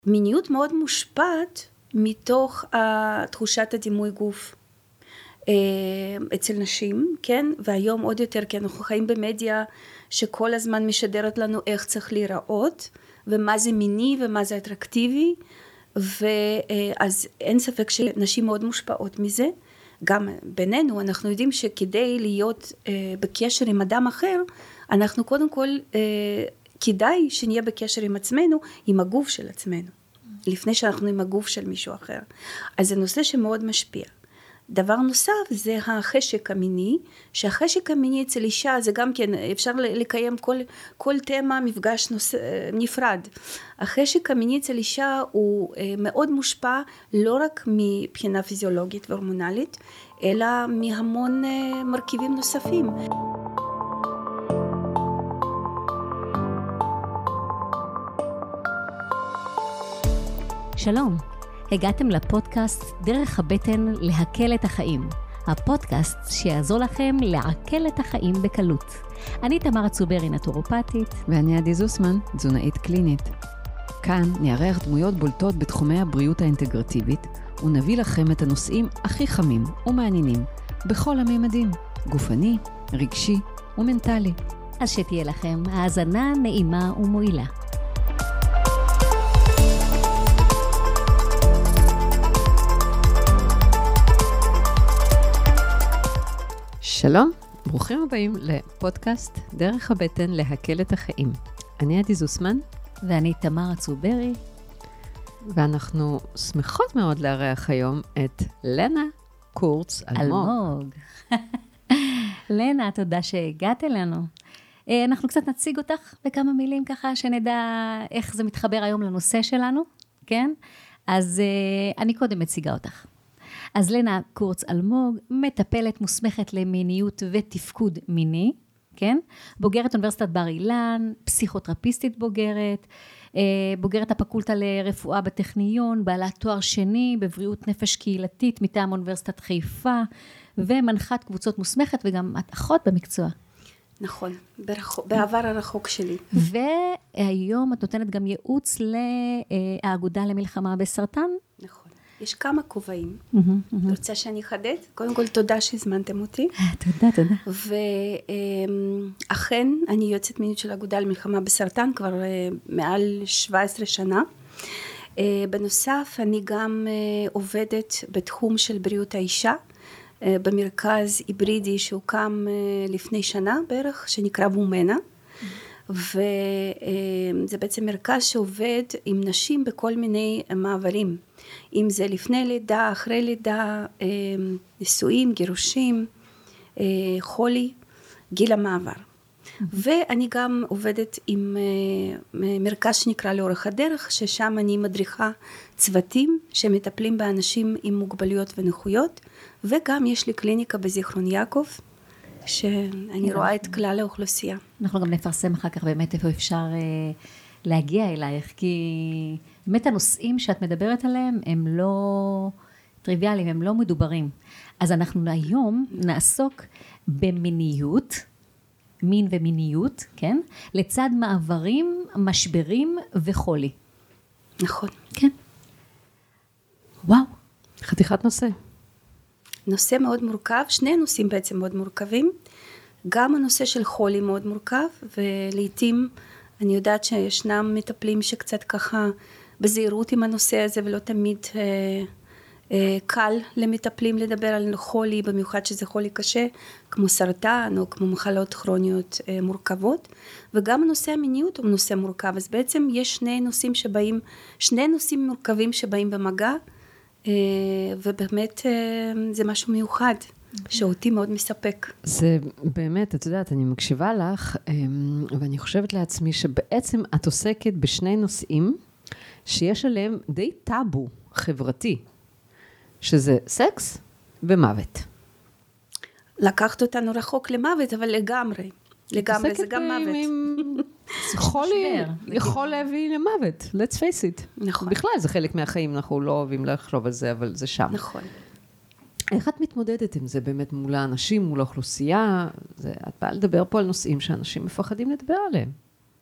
מיניות מאוד מושפעת מתוך תחושת הדימוי גוף אצל נשים, כן? והיום עוד יותר, כי אנחנו חיים במדיה שכל הזמן משדרת לנו איך צריך להיראות, ומה זה מיני ומה זה אטרקטיבי, ואז אין ספק שנשים מאוד מושפעות מזה. גם בינינו אנחנו יודעים שכדי להיות בקשר עם אדם אחר, אנחנו קודם כל כדאי שנהיה בקשר עם עצמנו, עם הגוף של עצמנו, לפני שאנחנו עם הגוף של מישהו אחר. אז זה נושא שמאוד משפיע. דבר נוסף זה החשק המיני, שהחשק המיני אצל אישה זה גם כן, אפשר לקיים כל תמה מפגש נפרד. החשק המיני אצל אישה הוא מאוד מושפע לא רק מבחינה פיזיולוגית והורמונלית, אלא מהמון מרכיבים נוספים. שלום, הגעתם לפודקאסט דרך הבטן להקל את החיים. הפודקאסט שיעזור לכם לעכל את החיים בקלות. אני תמר צוברי, נטורופטית. ואני עדי זוסמן, תזונאית קלינית. כאן נארח דמויות בולטות בתחומי הבריאות האינטגרטיבית, ונביא לכם את הנושאים הכי חמים ומעניינים, בכל הממדים, גופני, רגשי ומנטלי. אז שתהיה לכם האזנה נעימה ומועילה. שלום, ברוכים הבאים לפודקאסט דרך הבטן להקל את החיים. אני עדי זוסמן. ואני תמר צוברי. ואנחנו שמחות מאוד לארח היום את לנה קורץ אלמוג. לנה, תודה שהגעת אלינו. אנחנו קצת נציג אותך בכמה מילים ככה, שנדע איך זה מתחבר היום לנושא שלנו, כן? אז אני קודם מציגה אותך. אז לנה קורץ אלמוג, מטפלת מוסמכת למיניות ותפקוד מיני, כן? בוגרת אוניברסיטת בר אילן, פסיכותרפיסטית בוגרת, בוגרת הפקולטה לרפואה בטכניון, בעלת תואר שני בבריאות נפש קהילתית מטעם אוניברסיטת חיפה, ומנחת קבוצות מוסמכת וגם את אחות במקצוע. נכון, בעבר הרחוק שלי. והיום את נותנת גם ייעוץ לאגודה למלחמה בסרטן. נכון. יש כמה כובעים. רוצה שאני אחדד? קודם כל, תודה שהזמנתם אותי. תודה. ואכן, אני יועצת מינית של האגודה למלחמה בסרטן כבר מעל 17 שנה. בנוסף, אני גם עובדת בתחום של בריאות האישה, במרכז היברידי שהוקם לפני שנה בערך, שנקרא וומנה. וזה בעצם מרכז שעובד עם נשים בכל מיני מעברים, אם זה לפני לידה, אחרי לידה, נישואים, גירושים, חולי, גיל המעבר. ואני גם עובדת עם מרכז שנקרא לאורך הדרך, ששם אני מדריכה צוותים שמטפלים באנשים עם מוגבלויות ונכויות, וגם יש לי קליניקה בזיכרון יעקב, שאני רואה את כלל האוכלוסייה. אנחנו גם נפרסם אחר כך באמת איפה אפשר להגיע אלייך, כי באמת הנושאים שאת מדברת עליהם הם לא טריוויאליים, הם לא מדוברים. אז אנחנו היום נעסוק במיניות, מין ומיניות, כן? לצד מעברים, משברים וחולי. נכון. כן. וואו. חתיכת נושא. נושא מאוד מורכב, שני נושאים בעצם מאוד מורכבים. גם הנושא של חולי מאוד מורכב, ולעיתים אני יודעת שישנם מטפלים שקצת ככה בזהירות עם הנושא הזה, ולא תמיד קל למטפלים לדבר על חולי, במיוחד שזה חולי קשה, כמו סרטן או כמו מחלות כרוניות מורכבות. וגם הנושא המיניות הוא נושא מורכב, אז בעצם יש שני נושאים מורכבים שבאים במגע, ובאמת זה משהו מיוחד, שאותי מאוד מספק. זה באמת, את יודעת, אני מקשיבה לך, ואני חושבת לעצמי שבעצם את עוסקת בשני נושאים, שיש עליהם די טאבו חברתי, שזה סקס ומוות. לקחת אותנו רחוק למוות, אבל לגמרי זה גם מוות. חולי יכול להביא למוות, let's face it. נכון. בכלל זה חלק מהחיים, אנחנו לא אוהבים לחשוב על זה, אבל זה שם. נכון. איך את מתמודדת עם זה באמת מול האנשים, מול האוכלוסייה? את באה לדבר פה על נושאים שאנשים מפחדים לדבר עליהם.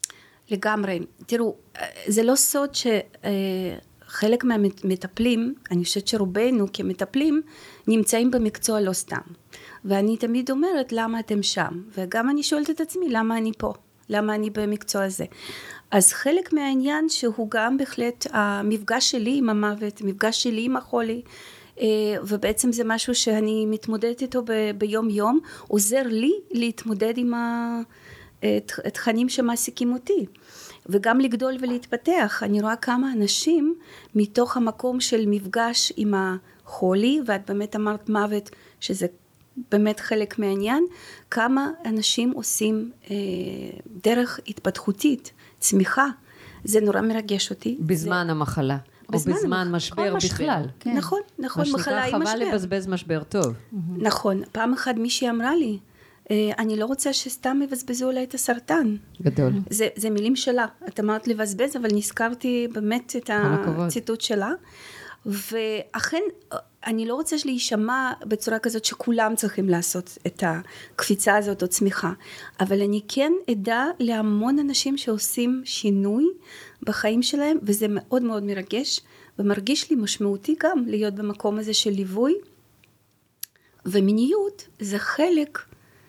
לגמרי. תראו, זה לא סוד שחלק מהמטפלים, אני חושבת שרובנו כמטפלים, נמצאים במקצוע לא סתם. ואני תמיד אומרת, למה אתם שם? וגם אני שואלת את עצמי, למה אני פה? למה אני במקצוע הזה? אז חלק מהעניין שהוא גם בהחלט המפגש שלי עם המוות, המפגש שלי עם החולי, ובעצם זה משהו שאני מתמודדת איתו ביום יום, עוזר לי להתמודד עם התכנים שמעסיקים אותי, וגם לגדול ולהתפתח. אני רואה כמה אנשים מתוך המקום של מפגש עם החולי, ואת באמת אמרת מוות, שזה באמת חלק מהעניין, כמה אנשים עושים דרך התפתחותית, צמיחה, זה נורא מרגש אותי. בזמן המחלה. או בזמן משבר בכלל. נכון, מחלה עם משבר. חבל לבזבז משבר טוב. נכון, פעם אחת מישהי אמרה לי, אני לא רוצה שסתם יבזבזו עליי את הסרטן. גדול. זה מילים שלה, את אמרת לבזבז, אבל נזכרתי באמת את הציטוט שלה, ואכן אני לא רוצה להישמע בצורה כזאת שכולם צריכים לעשות את הקפיצה הזאת או צמיחה, אבל אני כן עדה להמון אנשים שעושים שינוי בחיים שלהם, וזה מאוד מאוד מרגש, ומרגיש לי משמעותי גם להיות במקום הזה של ליווי, ומיניות זה חלק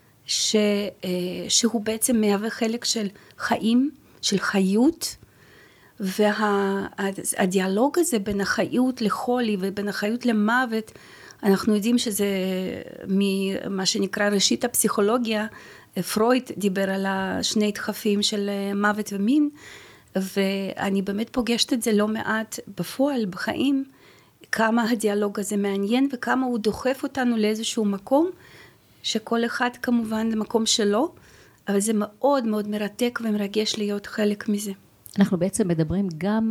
שהוא בעצם מהווה חלק של חיים, של חיות, והדיאלוג הזה בין החיות לחולי ובין החיות למוות, אנחנו יודעים שזה ממה שנקרא ראשית הפסיכולוגיה, פרויד דיבר על השני דחפים של מוות ומין, ואני באמת פוגשת את זה לא מעט בפועל, בחיים, כמה הדיאלוג הזה מעניין וכמה הוא דוחף אותנו לאיזשהו מקום, שכל אחד כמובן למקום שלו, אבל זה מאוד מאוד מרתק ומרגש להיות חלק מזה. אנחנו בעצם מדברים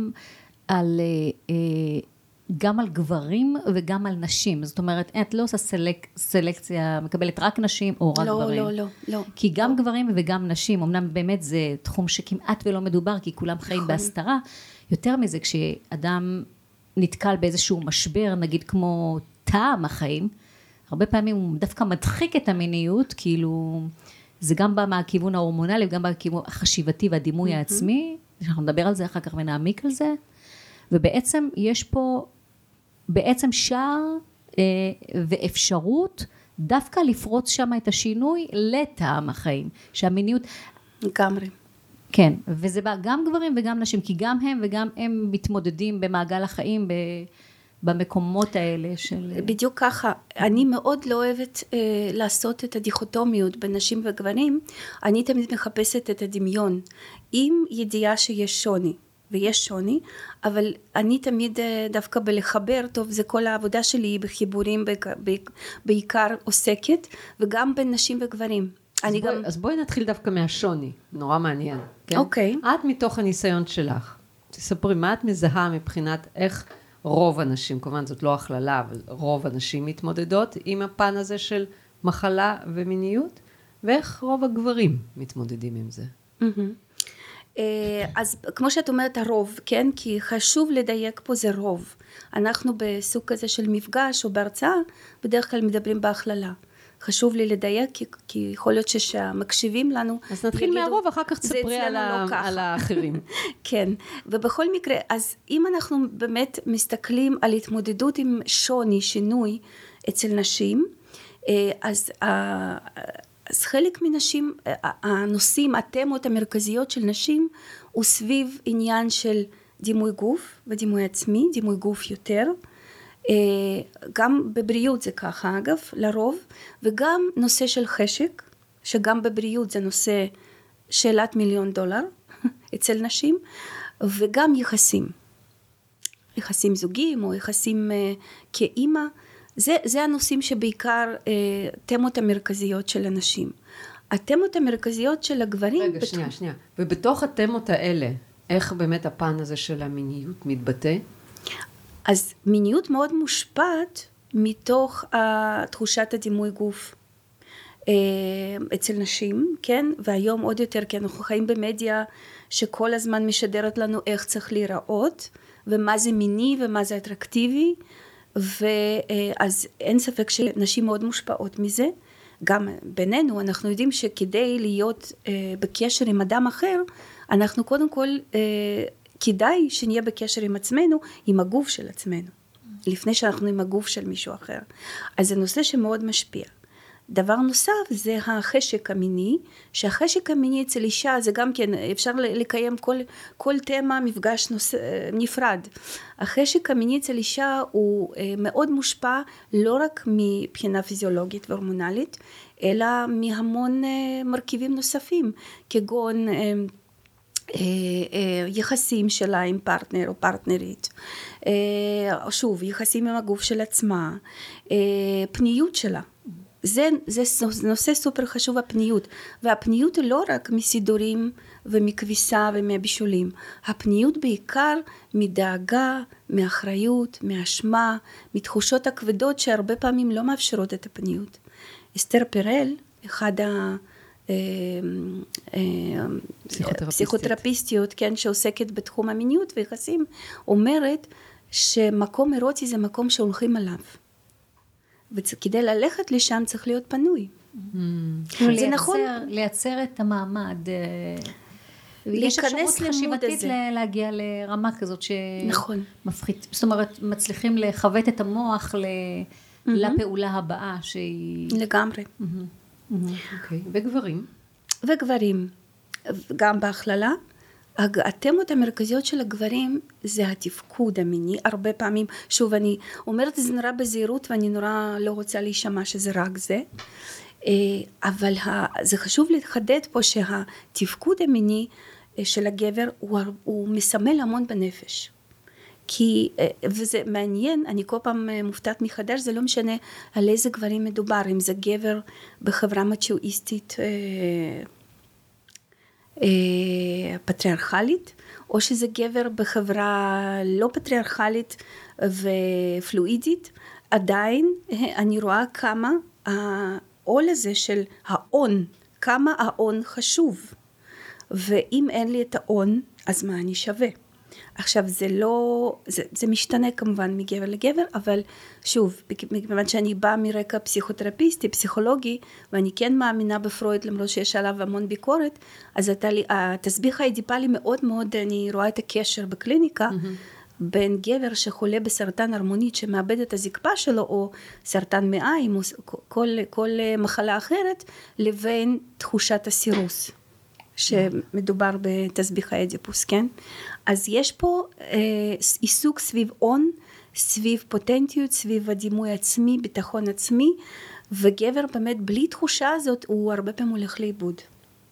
גם על גברים וגם על נשים. זאת אומרת, את לא עושה סלקציה, מקבלת רק נשים או רק גברים. לא. כי גם גברים וגם נשים, אמנם באמת זה תחום שכמעט ולא מדובר, כי כולם חיים בהסתרה. יותר מזה, כשאדם נתקל באיזשהו משבר, נגיד כמו טעם החיים, הרבה פעמים הוא דווקא מדחיק את המיניות, כאילו זה גם בא מהכיוון ההורמונלי, וגם בכיוון החשיבתי והדימוי העצמי, אנחנו נדבר על זה אחר כך ונעמיק על זה, ובעצם יש פה בעצם שער ואפשרות דווקא לפרוץ שם את השינוי לטעם החיים, שהמיניות... לגמרי. כן, וזה בא גם גברים וגם נשים, כי גם הם וגם הם מתמודדים במעגל החיים במקומות האלה של... בדיוק ככה, אני מאוד לא אוהבת לעשות את הדיכוטומיות בין נשים וגברים, אני תמיד מחפשת את הדמיון, עם ידיעה שיש שוני, ויש שוני, אבל אני תמיד דווקא בלחבר, טוב, זה כל העבודה שלי בחיבורים בעיקר עוסקת, וגם בין נשים וגברים. אז בואי נתחיל דווקא מהשוני, נורא מעניין. אוקיי. את מתוך הניסיון שלך, תספרי מה את מזהה מבחינת איך רוב הנשים, כמובן זאת לא הכללה, אבל רוב הנשים מתמודדות עם הפן הזה של מחלה ומיניות, ואיך רוב הגברים מתמודדים עם זה. אז כמו שאת אומרת הרוב, כן? כי חשוב לדייק פה זה רוב. אנחנו בסוג כזה של מפגש או בהרצאה, בדרך כלל מדברים בהכללה. חשוב לי לדייק, כי יכול להיות שהמקשיבים לנו... אז נתחיל מהרוב, אחר כך תספרי על האחרים. כן, ובכל מקרה, אז אם אנחנו באמת מסתכלים על התמודדות עם שוני, שינוי אצל נשים, אז חלק מנשים, הנושאים, התמות המרכזיות של נשים, הוא סביב עניין של דימוי גוף ודימוי עצמי, דימוי גוף יותר, גם בבריאות זה ככה אגב, לרוב, וגם נושא של חשק, שגם בבריאות זה נושא שאלת $1,000,000 אצל נשים, וגם יחסים זוגיים או יחסים כאימא, זה הנושאים שבעיקר תמות המרכזיות של הנשים. התמות המרכזיות של הגברים... רגע, שנייה. ובתוך התמות האלה, איך באמת הפן הזה של המיניות מתבטא? אז מיניות מאוד מושפעת מתוך תחושת הדימוי גוף אצל נשים, כן? והיום עוד יותר, כי אנחנו חיים במדיה שכל הזמן משדרת לנו איך צריך להיראות, ומה זה מיני ומה זה אטרקטיבי, אז אין ספק שנשים מאוד מושפעות מזה, גם בינינו, אנחנו יודעים שכדי להיות בקשר עם אדם אחר, אנחנו קודם כל כדאי שנהיה בקשר עם עצמנו, עם הגוף של עצמנו, לפני שאנחנו עם הגוף של מישהו אחר. אז זה נושא שמאוד משפיע. דבר נוסף זה החשק המיני, שהחשק המיני אצל אישה זה גם כן, אפשר לקיים כל תמה מפגש נפרד. החשק המיני אצל אישה הוא מאוד מושפע לא רק מבחינה פיזיולוגית והורמונלית, אלא מהמון מרכיבים נוספים, כגון יחסים שלה עם פרטנר או פרטנרית, שוב, יחסים עם הגוף של עצמה, פניות שלה. זה נושא סופר חשוב, הפניות, והפניות היא לא רק מסידורים ומכביסה ומבישולים, הפניות בעיקר מדאגה, מאחריות, מאשמה, מתחושות הכבדות שהרבה פעמים לא מאפשרות את הפניות. אסתר פרל, אחד הפסיכותרפיסטיות, כן, שעוסקת בתחום המיניות ויחסים, אומרת שמקום אירוטי זה מקום שהולכים עליו. וכדי ללכת לשם צריך להיות פנוי. זה נכון. לייצר את המעמד. יש אפשרות חשיבתית להגיע לרמה כזאת שמפחית. זאת אומרת, מצליחים לחוות את המוח לפעולה הבאה שהיא... לגמרי. וגברים? וגברים. גם בהכללה. התמות המרכזיות של הגברים זה התפקוד המיני, הרבה פעמים, שוב אני אומרת את זה נורא בזהירות ואני נורא לא רוצה להישמע שזה רק זה, אבל זה חשוב לחדד פה שהתפקוד המיני של הגבר הוא מסמל המון בנפש, וזה מעניין, אני כל פעם מופתעת מחדש, זה לא משנה על איזה גברים מדובר, אם זה גבר בחברה מצ'ואיסטית פטריארכלית, או שזה גבר בחברה לא פטריארכלית ופלואידית, עדיין אני רואה כמה העול הזה של ההון, כמה ההון חשוב, ואם אין לי את ההון, אז מה אני שווה? עכשיו זה לא, זה משתנה כמובן מגבר לגבר, אבל שוב, מכיוון שאני באה מרקע פסיכותרפיסטי, פסיכולוגי, ואני כן מאמינה בפרויד, למרות שיש עליו המון ביקורת, אז התסביך האידיפלי מאוד מאוד, אני רואה את הקשר בקליניקה, בין גבר שחולה בסרטן הרמונית, שמאבד את הזקפה שלו, או סרטן מעיים, או כל מחלה אחרת, לבין תחושת הסירוס. שמדובר בתסביך האדיפוס, כן? אז יש פה עיסוק סביב און, סביב פוטנטיות, סביב הדימוי עצמי, ביטחון עצמי, וגבר באמת בלי תחושה הזאת הוא הרבה פעמים הולך לאיבוד.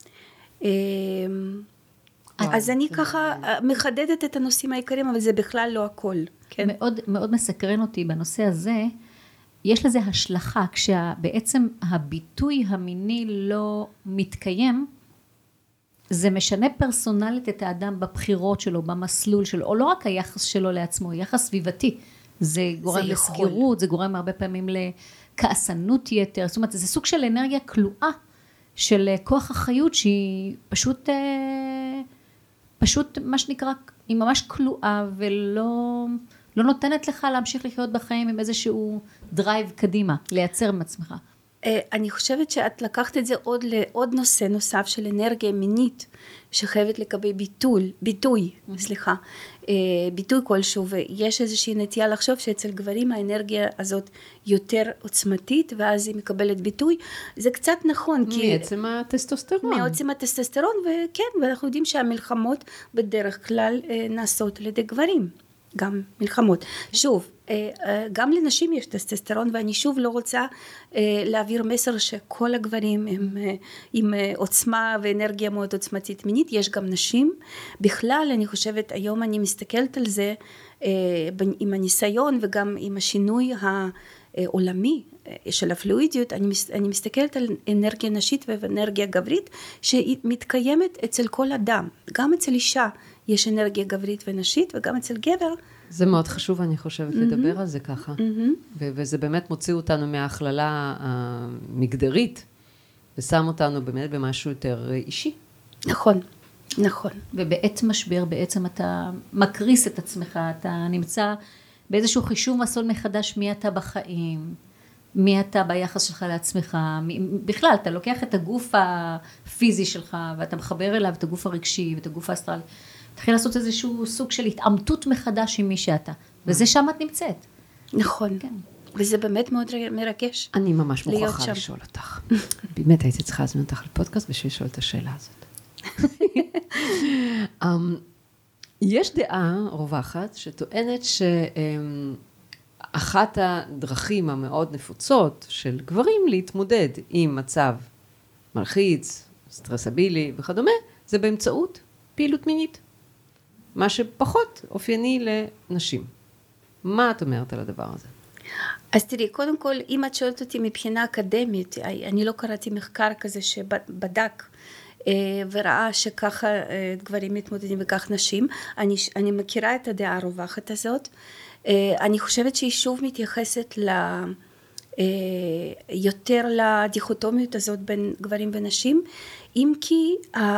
אז אני ככה מחדדת את הנושאים העיקריים, אבל זה בכלל לא הכל. כן? מאוד, מאוד מסקרן אותי בנושא הזה, יש לזה השלכה, כשבעצם הביטוי המיני לא מתקיים, זה משנה פרסונלית את האדם בבחירות שלו, במסלול שלו, או לא רק היחס שלו לעצמו, יחס סביבתי. זה גורם לסגירות, זה גורם הרבה פעמים לכעסנות יתר, זאת אומרת, זה סוג של אנרגיה כלואה, של כוח החיות שהיא פשוט מה שנקרא, היא ממש כלואה, ולא נותנת לך להמשיך לחיות בחיים עם איזשהו דרייב קדימה, לייצר מעצמך. אני חושבת שאת לקחת את זה עוד נושא נוסף של אנרגיה מינית, שחייבת לקבל ביטוי כלשהו, ויש איזושהי נטייה לחשוב שאצל גברים האנרגיה הזאת יותר עוצמתית, ואז היא מקבלת ביטוי. זה קצת נכון. מעצם הטסטוסטרון. מעצם הטסטוסטרון, וכן, ואנחנו יודעים שהמלחמות בדרך כלל נעשות על ידי גברים. גם מלחמות. שוב, גם לנשים יש טסטוסטרון, ואני שוב לא רוצה להעביר מסר שכל הגברים הם עם עוצמה ואנרגיה מאוד עוצמתית מינית, יש גם נשים. בכלל אני חושבת, היום אני מסתכלת על זה עם הניסיון וגם עם השינוי העולמי של הפלואידיות, אני מסתכלת על אנרגיה נשית ואנרגיה גברית שהיא מתקיימת אצל כל אדם, גם אצל אישה יש אנרגיה גברית ונשית, וגם אצל גבר. זה מאוד חשוב, אני חושבת, לדבר על זה ככה. וזה באמת מוציא אותנו מההכללה המגדרית, ושם אותנו באמת במשהו יותר אישי. נכון, נכון. ובעת משבר, בעצם אתה מקריס את עצמך, אתה נמצא באיזשהו חישוב מסלול מחדש מי אתה בחיים, מי אתה ביחס שלך לעצמך, בכלל, אתה לוקח את הגוף הפיזי שלך, ואתה מחבר אליו את הגוף הרגשי, ואת הגוף האסטרלי, תתחיל לעשות איזשהו סוג של התאמתות מחדש עם מי שאתה, וזה שם את נמצאת. נכון, כן. וזה באמת מאוד מרגש. אני ממש מוכרחה לשאול אותך. באמת הייתי צריכה להזמין אותך לפודקאסט בשביל לשאול את השאלה הזאת. יש דעה רווחת שטוענת שאחת הדרכים המאוד נפוצות של גברים להתמודד עם מצב מלחיץ, סטרסבילי וכדומה, זה באמצעות פעילות מינית. מה שפחות אופייני לנשים. מה את אומרת על הדבר הזה? אז תראי, קודם כל, אם את שואלת אותי מבחינה אקדמית, אני לא קראתי מחקר כזה שבדק וראה שככה גברים מתמודדים וכך נשים. אני מכירה את הדעה הרווחת הזאת. אני חושבת שהיא שוב מתייחסת יותר לדיכוטומיות הזאת בין גברים ונשים, אם כי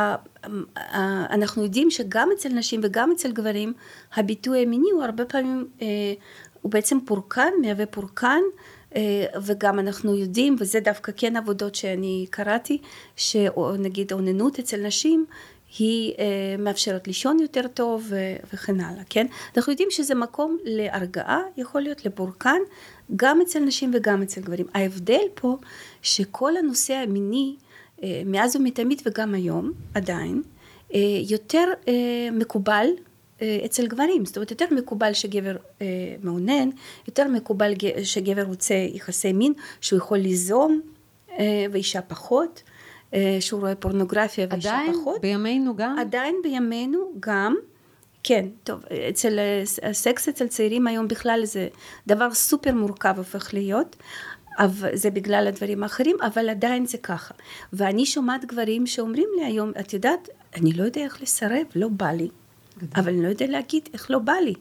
אנחנו יודעים שגם אצל נשים וגם אצל גברים, הביטוי המיני הוא הרבה פעמים, הוא בעצם פורקן, מהווה פורקן, וגם אנחנו יודעים, וזה דווקא כן עבודות שאני קראתי, שנגיד אוננות אצל נשים, היא מאפשרת לישון יותר טוב וכן הלאה, כן? אנחנו יודעים שזה מקום להרגעה, יכול להיות לפורקן, גם אצל נשים וגם אצל גברים. ההבדל פה, שכל הנושא המיני, מאז ומתמיד וגם היום, עדיין, יותר מקובל אצל גברים. זאת אומרת, יותר מקובל שגבר מעונן, יותר מקובל שגבר רוצה יחסי מין, שהוא יכול ליזום ואישה פחות, שהוא רואה פורנוגרפיה ואישה פחות. עדיין בימינו גם? עדיין בימינו גם, כן, טוב, הסקס אצל צעירים היום בכלל זה דבר סופר מורכב הופך להיות, אבל זה בגלל הדברים האחרים, אבל עדיין זה ככה. ואני שומעת גברים שאומרים לי היום, את יודעת, אני לא יודע איך לסרב, לא בא לי, אבל אני לא יודע להגיד איך לא בא לי.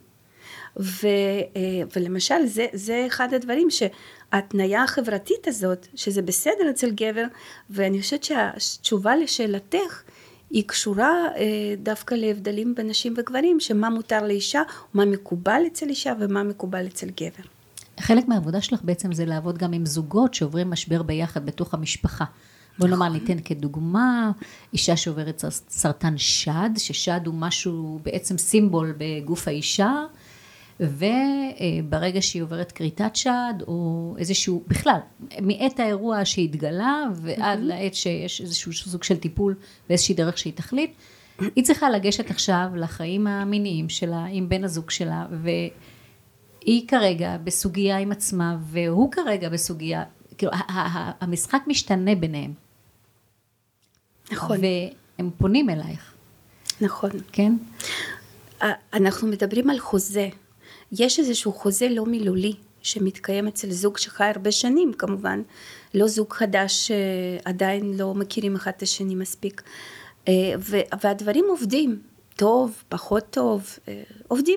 ולמשל, זה אחד הדברים שההתניה החברתית הזאת, שזה בסדר אצל גבר, ואני חושבת שהתשובה לשאלתך, היא קשורה דווקא להבדלים בין נשים וגברים, שמה מותר לאישה, מה מקובל אצל אישה ומה מקובל אצל גבר. חלק מהעבודה שלך בעצם זה לעבוד גם עם זוגות שעוברים משבר ביחד בתוך המשפחה. בוא נאמר, ניתן כדוגמה, אישה שעוברת סרטן שד, ששד הוא משהו בעצם סימבול בגוף האישה, וברגע שהיא עוברת קריטת שד, או איזשהו, בכלל, מעת האירוע שהתגלה, ועד לעת שיש איזשהו סוג של טיפול, באיזושהי דרך שהיא תחליט, היא צריכה לגשת עכשיו לחיים המיניים שלה, עם בן הזוג שלה, והיא כרגע בסוגיה עם עצמה, והוא כרגע בסוגיה, כאילו, המשחק משתנה ביניהם. נכון. והם פונים אלייך. נכון. כן? אנחנו מדברים על חוזה. יש איזשהו חוזה לא מילולי, שמתקיים אצל זוג שחי הרבה שנים, כמובן. לא זוג חדש שעדיין לא מכירים אחד את השני מספיק. והדברים עובדים. טוב, פחות טוב, עובדים.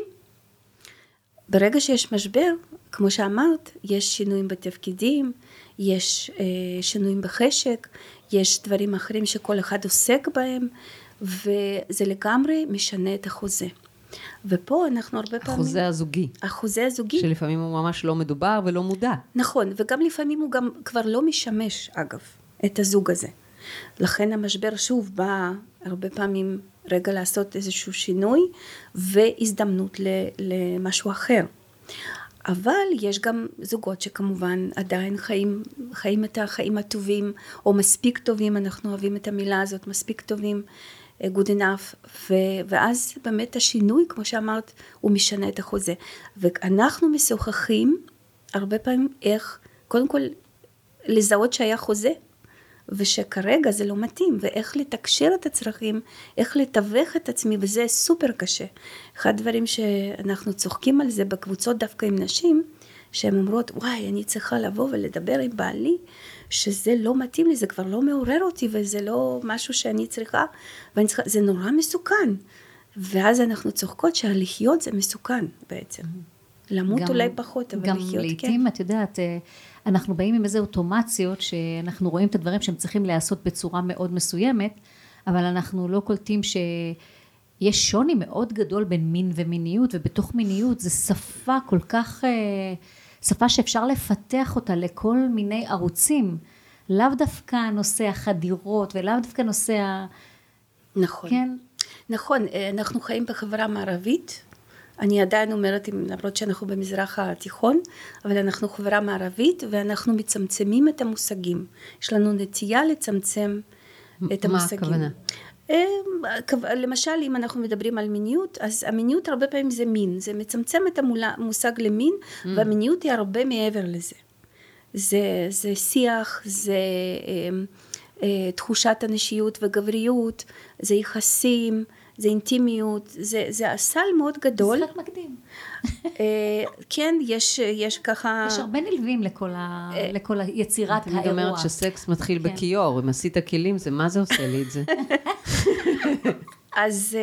ברגע שיש משבר, כמו שאמרת, יש שינויים בתפקידים, יש שינויים בחשק, יש דברים אחרים שכל אחד עוסק בהם, וזה לגמרי משנה את החוזה. ופה אנחנו הרבה פעמים... החוזה הזוגי. החוזה הזוגי. שלפעמים הוא ממש לא מדובר ולא מודע. נכון, וגם לפעמים הוא גם כבר לא משמש, אגב, את הזוג הזה. לכן המשבר שוב בא הרבה פעמים רגע לעשות איזשהו שינוי, והזדמנות למשהו אחר. אבל יש גם זוגות שכמובן עדיין חיים את החיים הטובים, או מספיק טובים, אנחנו אוהבים את המילה הזאת, מספיק טובים, good enough, ואז באמת השינוי, כמו שאמרת, הוא משנה את החוזה. ואנחנו משוחחים הרבה פעמים איך, קודם כל, לזהות שהיה חוזה, ושכרגע זה לא מתאים, ואיך לתקשר את הצרכים, איך לתווך את עצמי, וזה סופר קשה. אחד הדברים שאנחנו צוחקים על זה בקבוצות דווקא עם נשים, שהן אומרות, וואי, אני צריכה לבוא ולדבר עם בעלי, שזה לא מתאים לי, זה כבר לא מעורר אותי, וזה לא משהו שאני צריכה, זה נורא מסוכן. ואז אנחנו צוחקות שהלחיות זה מסוכן בעצם. למות גם, אולי פחות, אבל לחיות כן. גם לעתים, את יודעת, אנחנו באים עם איזה אוטומציות, שאנחנו רואים את הדברים שהם צריכים להיעשות בצורה מאוד מסוימת, אבל אנחנו לא קולטים שיש שוני מאוד גדול בין מין ומיניות, ובתוך מיניות זה שפה כל כך שפה שאפשר לפתח אותה לכל מיני ערוצים, לאו דווקא נושא החדירות, ולאו דווקא נושא נכון. כן? נכון, אנחנו חיים בחברה מערבית, אני עדיין אומרת, למרות שאנחנו במזרח התיכון, אבל אנחנו חברה מערבית, ואנחנו מצמצמים את המושגים. יש לנו נטייה לצמצם את המושגים. מה הכוונה? למשל, אם אנחנו מדברים על מיניות, אז המיניות הרבה פעמים זה מין, זה מצמצם את המושג למין, והמיניות היא הרבה מעבר לזה. זה שיח, זה תחושת הנשיות וגבריות, זה יחסים, זה אינטימיות, זה הסל מאוד גדול. משחק מקדים. כן, יש ככה... יש הרבה נלווים לכל יצירת האירוע. אני אומרת שסקס מתחיל בכיור, אם עשית כלים, מה זה עושה לי את זה? אז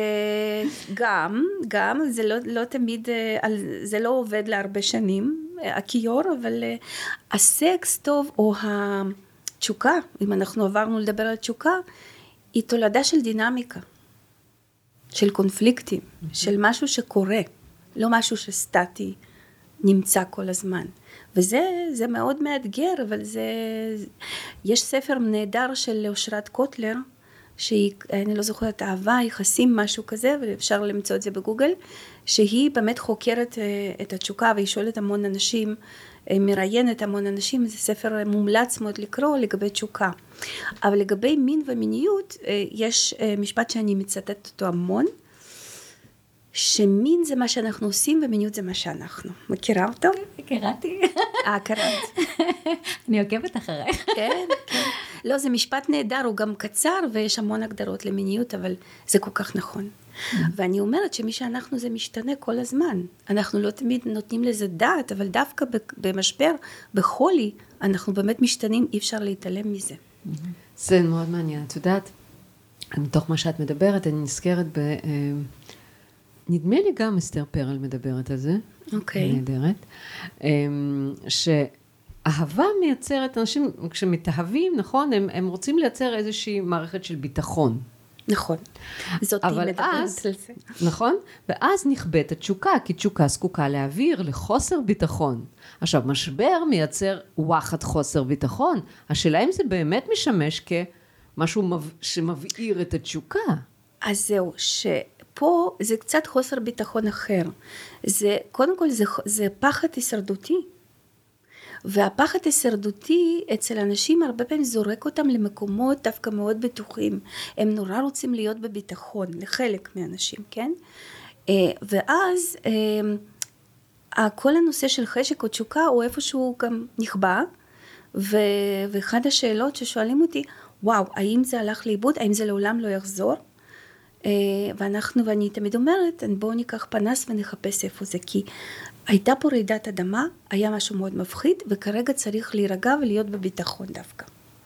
גם, זה לא תמיד, זה לא עובד להרבה שנים, הכיור, אבל הסקס טוב, או התשוקה, אם אנחנו עברנו לדבר על תשוקה, היא תולדה של דינמיקה. של קונפליקטים, של משהו שקורה, לא משהו שסטטי נמצא כל הזמן. וזה מאוד מאתגר, אבל יש ספר נהדר של אושרת קוטלר, שהיא, אני לא זוכרת, אהבה, יחסים, משהו כזה, ואפשר למצוא את זה בגוגל, שהיא באמת חוקרת את התשוקה, והיא שואלת המון אנשים, מראיינת המון אנשים, זה ספר מומלץ מאוד לקרוא לגבי תשוקה. אבל לגבי מין ומיניות, יש משפט שאני מצטטת אותו המון, שמין זה מה שאנחנו עושים ומיניות זה מה שאנחנו. מכירה אותו? קראתי. קראת. אני עוקבת אחריך. כן, כן. לא, זה משפט נהדר, הוא גם קצר ויש המון הגדרות למיניות, אבל זה כל כך נכון. ואני אומרת שמי שאנחנו זה משתנה כל הזמן. אנחנו לא תמיד נותנים לזה דעת, אבל דווקא במשבר, בחולי, אנחנו באמת משתנים, אי אפשר להתעלם מזה. זה מאוד מעניין. את יודעת, מתוך מה שאת מדברת, אני נזכרת נדמה לי גם אסתר פרל מדברת על זה. אוקיי. נהדרת. שאהבה מייצרת, אנשים כשמתאהבים, נכון, הם רוצים לייצר איזושהי מערכת של ביטחון. נכון. זאת היא מדברת על זה. נכון? ואז נכבדת התשוקה, כי תשוקה זקוקה לאוויר, לחוסר ביטחון. עכשיו, משבר מייצר וואחד חוסר ביטחון. השאלה אם זה באמת משמש כמשהו שמבעיר את התשוקה. אז זהו, שפה זה קצת חוסר ביטחון אחר. קודם כל זה פחד הישרדותי. והפחד הישרדותי אצל אנשים הרבה פעמים זורק אותם למקומות דווקא מאוד בטוחים. הם נורא רוצים להיות בביטחון, לחלק מהאנשים, כן? ואז כל הנושא של חשק או תשוקה הוא איפשהו גם נכבה, ואחד השאלות ששואלים אותי, וואו, האם זה הלך לאיבוד? האם זה לעולם לא יחזור? ואני תמיד אומרת, בואו ניקח פנס ונחפש איפה זה, כי הייתה פה רעידת אדמה, היה משהו מאוד מפחיד, וכרגע צריך להירגע ולהיות בביטחון דווקא.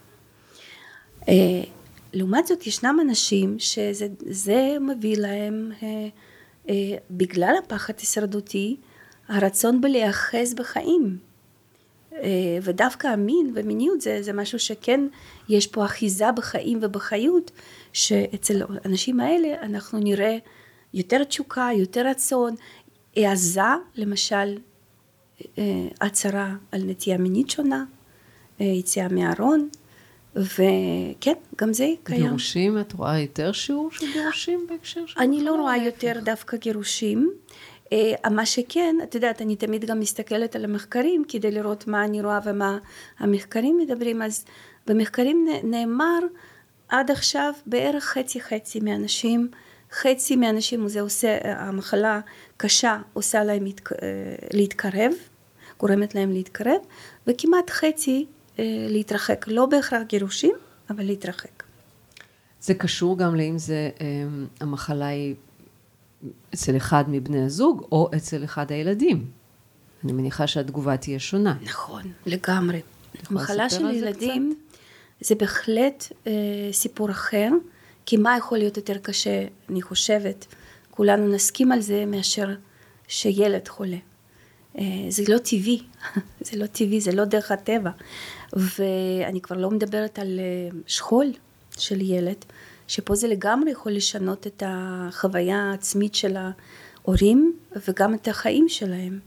לעומת זאת, ישנם אנשים שזה מביא להם, בגלל הפחד הישרדותי, הרצון בלהיאחז בחיים. ודווקא המין ומיניות זה משהו שכן יש פה אחיזה בחיים ובחיות, שאצל האנשים האלה אנחנו נראה יותר תשוקה, יותר רצון, העזה, למשל, הצהרה על נטייה מינית שונה, יציאה מהארון, וכן, גם זה קיים. גירושים, את רואה יותר שיעור של גירושים בהקשר של... אני לא רואה יותר דווקא גירושים, מה שכן, את יודעת, אני תמיד גם מסתכלת על המחקרים, כדי לראות מה אני רואה ומה המחקרים מדברים, אז במחקרים נאמר, עד עכשיו בערך חצי מהאנשים, זה עושה, המחלה קשה עושה להם להתקרב, גורמת להם להתקרב, וכמעט חצי להתרחק, לא בהכרח גירושים, אבל להתרחק. זה קשור גם לאם זה, המחלה היא אצל אחד מבני הזוג, או אצל אחד הילדים. אני מניחה שהתגובה תהיה שונה. נכון, לגמרי. המחלה של ילדים, זה בהחלט סיפור אחר, כי מה יכול להיות יותר קשה, אני חושבת, כולנו נסכים על זה, מאשר שילד חולה. זה לא טבעי, זה לא דרך הטבע. ואני כבר לא מדברת על שכול של ילד, שפה זה לגמרי יכול לשנות את החוויה העצמית של ההורים, וגם את החיים שלהם.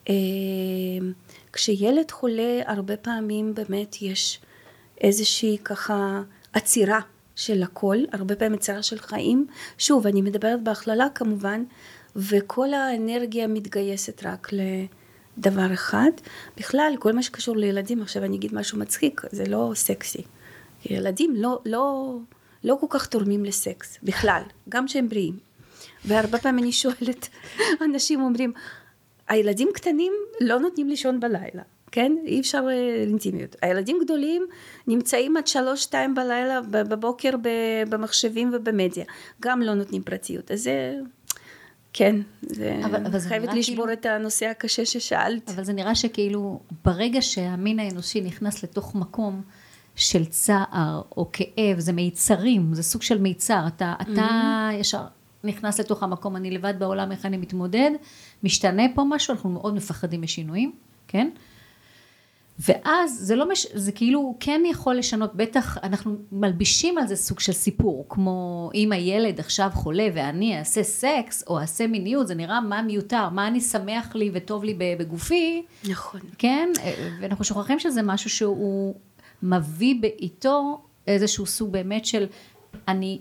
כשילד חולה, הרבה פעמים באמת יש איזושהי ככה עצירה של הכל, הרבה פעמים עצירה של חיים. שוב, אני מדברת בהכללה כמובן, וכל האנרגיה מתגייסת רק לדבר אחד. בכלל, כל מה שקשור לילדים, עכשיו אני אגיד משהו מצחיק, זה לא סקסי. ילדים לא כל כך תורמים לסקס, בכלל, גם שהם בריאים. והרבה פעמים אני שואלת, אנשים אומרים, הילדים קטנים לא נותנים לישון בלילה, כן? אי אפשר אינטימיות. הילדים גדולים נמצאים עד 3-2 בלילה, בבוקר במחשבים ובמדיה. גם לא נותנים פרטיות. אז זה, כן, זה חייבת לשבור כאילו, את הנושא הקשה ששאלת. אבל זה נראה שכאילו, ברגע שהמין האנושי נכנס לתוך מקום של צער או כאב, זה מיצרים, זה סוג של מיצר. אתה ישר נכנס לתוך המקום, אני לבד בעולם, איך אני מתמודד, משתנה פה משהו, אנחנו מאוד מפחדים משינויים, כן? ואז זה לא זה כאילו כן יכול לשנות, בטח אנחנו מלבישים על זה סוג של סיפור, כמו אם הילד עכשיו חולה ואני אעשה סקס או אעשה מיניות, זה נראה מה מיותר, מה אני שמח לי וטוב לי בגופי. נכון. כן? ואנחנו שוכחים שזה משהו שהוא מביא באיתו איזשהו סוג באמת של אני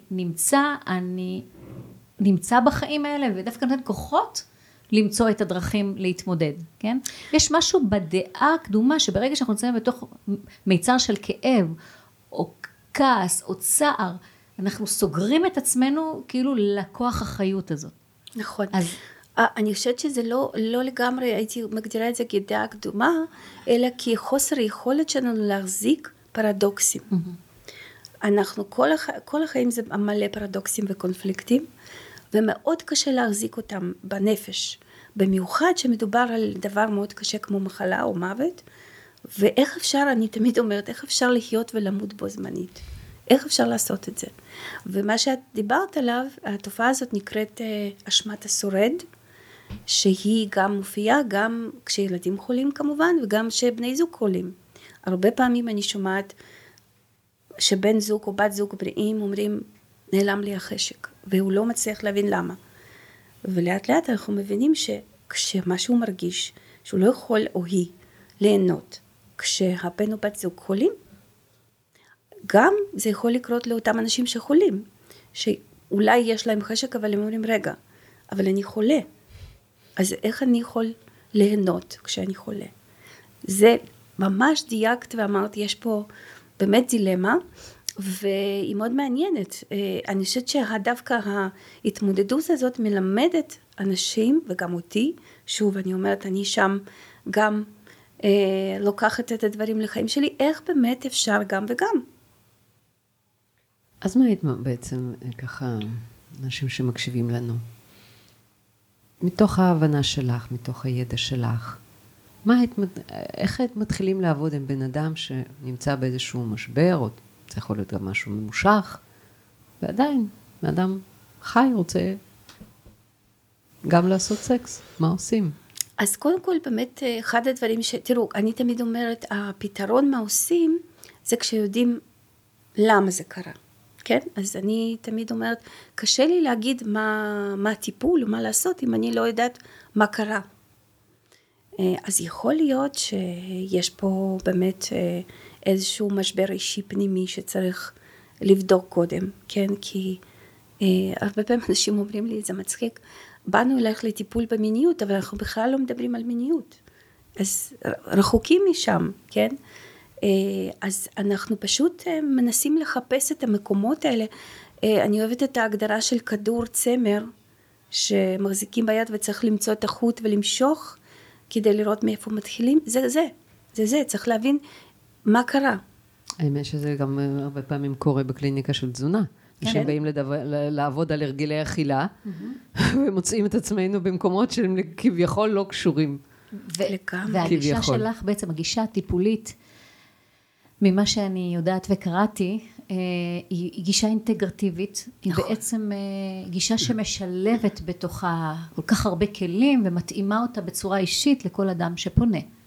נמצא בחיים האלה, ודווקא נותן כוחות למצוא את הדרכים להתמודד, כן? יש משהו בדעה הקדומה, שברגע שאנחנו נמצאים בתוך מיצר של כאב, או כעס, או צער, אנחנו סוגרים את עצמנו כאילו לכוח החיות הזאת. נכון. אז אני חושבת שזה לא לגמרי, הייתי מגדירה את זה כדעה קדומה, אלא כי חוסר היכולת שלנו להחזיק פרדוקסים. אנחנו, כל החיים זה מלא פרדוקסים וקונפליקטים, ומאוד קשה להחזיק אותם בנפש, במיוחד שמדובר על דבר מאוד קשה כמו מחלה או מוות, ואיך אפשר, אני תמיד אומרת, איך אפשר לחיות ולמות בו זמנית? איך אפשר לעשות את זה? ומה שאת דיברת עליו, התופעה הזאת נקראת אשמת השורד, שהיא גם מופיעה, גם כשילדים חולים כמובן, וגם כשבני זוג חולים. הרבה פעמים אני שומעת שבן זוג או בת זוג בריאים אומרים, נעלם לי החשק, והוא לא מצליח להבין למה. ולאט לאט אנחנו מבינים שכשמשהו מרגיש, שהוא לא יכול או היא ליהנות, כשהבן או בת זוג חולים, גם זה יכול לקרות לאותם אנשים שחולים, שאולי יש להם חשק, אבל הם אומרים, רגע, אבל אני חולה, אז איך אני יכול ליהנות כשאני חולה? זה ממש דייקת ואמרת, יש פה באמת דילמה, והיא מאוד מעניינת. אני חושבת שדווקא ההתמודדות הזאת מלמדת אנשים, וגם אותי, שוב אני אומרת, אני שם גם לוקחת את הדברים לחיים שלי, איך באמת אפשר גם וגם. אז מה היית בעצם ככה, אנשים שמקשיבים לנו? מתוך ההבנה שלך, מתוך הידע שלך, איך היית מתחילים לעבוד עם בן אדם שנמצא באיזשהו משבר, או זה יכול להיות גם משהו ממושך, ועדיין, אדם חי רוצה גם לעשות סקס, מה עושים? אז קודם כל באמת אחד הדברים תראו, אני תמיד אומרת, הפתרון מה עושים, זה כשיודעים למה זה קרה, כן? אז אני תמיד אומרת, קשה לי להגיד מה הטיפול ומה לעשות, אם אני לא יודעת מה קרה. אז יכול להיות שיש פה באמת איזשהו משבר אישי פנימי שצריך לבדוק קודם, כן? כי הרבה פעמים אנשים אומרים לי, זה מצחיק, באנו אלייך לטיפול במיניות, אבל אנחנו בכלל לא מדברים על מיניות. אז רחוקים משם, כן? אז אנחנו פשוט מנסים לחפש את המקומות האלה. אני אוהבת את ההגדרה של כדור צמר, שמחזיקים ביד וצריך למצוא את החוט ולמשוך, כדי לראות מאיפה מתחילים. זה, צריך להבין מה קרה. האמת שזה גם הרבה פעמים קורה בקליניקה של תזונה. אנשים באים לעבוד על הרגלי אכילה, ומוצאים את עצמנו במקומות שהם כביכול לא קשורים. והגישה שלך, בעצם הגישה הטיפולית, ממה שאני יודעת וקראתי, היא גישה אינטגרטיבית, היא בעצם גישה שמשלבת בתוכה כל כך הרבה כלים, ומתאימה אותה בצורה אישית לכל אדם שפונה.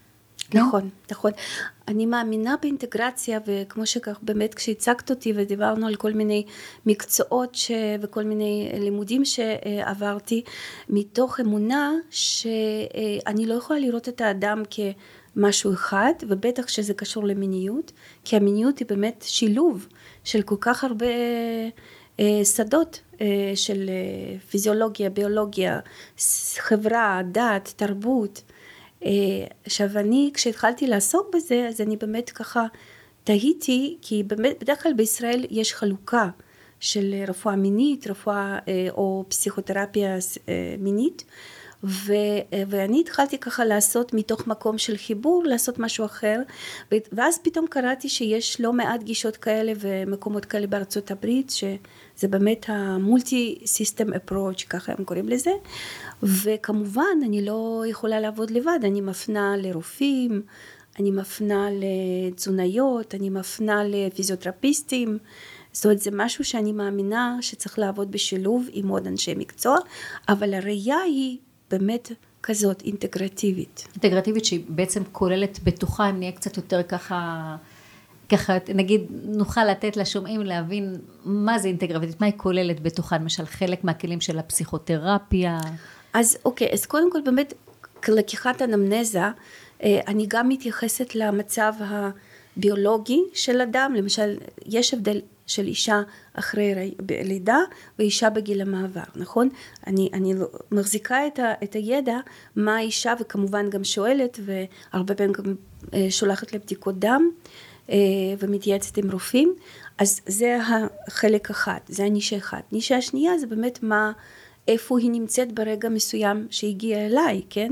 נכון, נכון. אני מאמינה באינטגרציה, וכמו שכך באמת כשהצגת אותי ודיברנו על כל מיני מקצועות וכל מיני לימודים שעברתי, מתוך אמונה שאני לא יכולה לראות את האדם כמשהו אחד, ובטח שזה קשור למיניות, כי המיניות היא באמת שילוב של כל כך הרבה שדות של פיזיולוגיה, ביולוגיה, חברה, דת, תרבות. עכשיו אני כשהתחלתי לעסוק בזה, אז אני באמת ככה תהיתי, כי באמת בדרך כלל בישראל יש חלוקה של רפואה מינית, רפואה או פסיכותרפיה מינית, ואני התחלתי ככה לעשות מתוך מקום של חיבור, לעשות משהו אחר, ואז פתאום קראתי שיש לא מעט גישות כאלה ומקומות כאלה בארצות הברית, שזה באמת ה-multi-system approach, ככה הם קוראים לזה, וכמובן אני לא יכולה לעבוד לבד, אני מפנה לרופאים, אני מפנה לתזונאיות, אני מפנה לפיזיותרפיסטים, זאת אומרת זה משהו שאני מאמינה שצריך לעבוד בשילוב עם עוד אנשי מקצוע, אבל הראייה היא באמת כזאת אינטגרטיבית. אינטגרטיבית שהיא בעצם כוללת בתוכה, אם נהיה קצת יותר ככה נגיד נוכל לתת לשומעים להבין מה זה אינטגרטיבית, מה היא כוללת בתוכה, למשל חלק מהכלים של הפסיכותרפיה. אז אוקיי, אז קודם כל באמת לקיחת אנמנזה, אני גם מתייחסת למצב הביולוגי של אדם, למשל יש הבדל של אישה אחרי לידה ואישה בגיל המעבר, נכון? אני מחזיקה את הידע מה האישה, וכמובן גם שואלת והרבה פעמים גם שולחת לבדיקות דם ומתייעצת עם רופאים, אז זה החלק אחד, זה הנישה אחד. נישה השנייה זה באמת איפה היא נמצאת ברגע מסוים שהגיעה אליי, כן?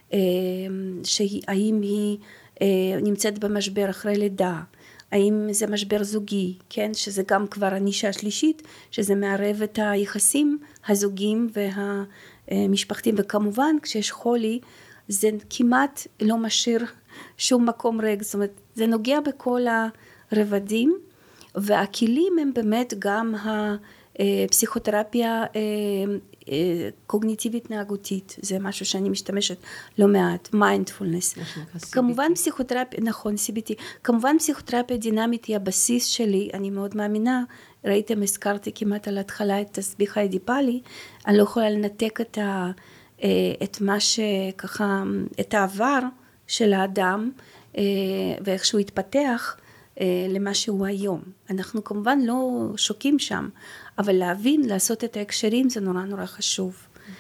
האם היא נמצאת במשבר אחרי לידה, האם זה משבר זוגי, כן? שזה גם כבר הנישה השלישית, שזה מערב את היחסים הזוגיים והמשפחתיים, וכמובן כשיש חולי, זה כמעט לא משאיר שום מקום ריק, זאת אומרת, זה נוגע בכל הרבדים, והכלים הם באמת גם הפסיכותרפיה קוגניטיבית נהגותית, זה משהו שאני משתמשת לא מעט, מיינדפולנס. כמובן פסיכותרפיה, נכון, CBT, כמובן פסיכותרפיה דינמית היא הבסיס שלי, אני מאוד מאמינה, ראיתם, הזכרתי כמעט על ההתחלה את הסביך האדיפלי, אני לא יכולה לנתק את מה שככה, את העבר של האדם, ואיך שהוא התפתח, למה שהוא היום. אנחנו כמובן לא שוקים שם, אבל להבין, לעשות את ההקשרים זה נורא נורא חשוב.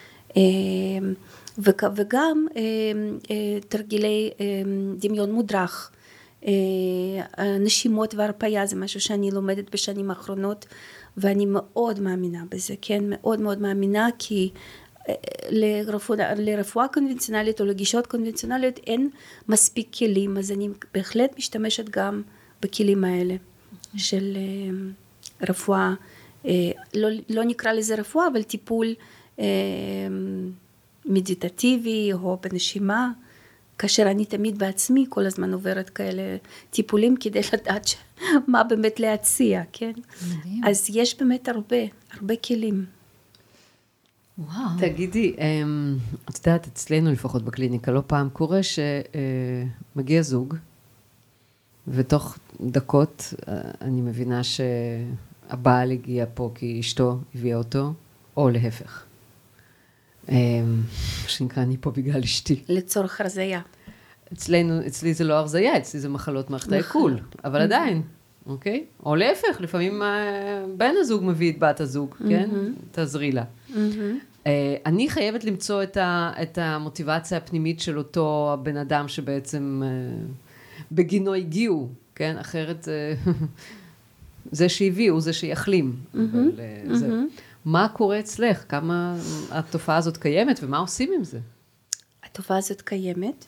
וגם תרגילי דמיון מודרך, נשימות והרפאיה, זה משהו שאני לומדת בשנים האחרונות, ואני מאוד מאמינה בזה, כן? מאוד מאוד מאמינה, כי לרפואה קונבנציונלית או לגישות קונבנציונליות אין מספיק כלים, אז אני בהחלט משתמשת גם בכלים האלה של רפואה, לא נקרא לזה רפואה, אבל טיפול מדיטטיבי או בנשימה, כאשר אני תמיד בעצמי כל הזמן עוברת כאלה טיפולים כדי לדעת מה באמת להציע, כן? מדהים. אז יש באמת הרבה כלים. וואו. תגידי, את יודעת, אצלנו לפחות בקליניקה, לא פעם קורה שמגיע זוג, ותוך דקות אני מבינה שהבעל הגיע פה כי אשתו הביאה אותו, או להפך. שנקרא, אני פה בגלל אשתי. לצורך הרזיה. אצלי זה לא הרזיה, אצלי זה מחלות מערכת העיכול, אבל עדיין, אוקיי? או להפך, לפעמים בן הזוג מביא את בת הזוג, כן? תעזרי לה. אני חייבת למצוא את המוטיבציה הפנימית של אותו הבן אדם שבעצם בגינו הגיעו, כן? אחרת זה שהביא הוא זה שיחלים. מה קורה אצלך? כמה התופעה הזאת קיימת ומה עושים עם זה? התופעה הזאת קיימת.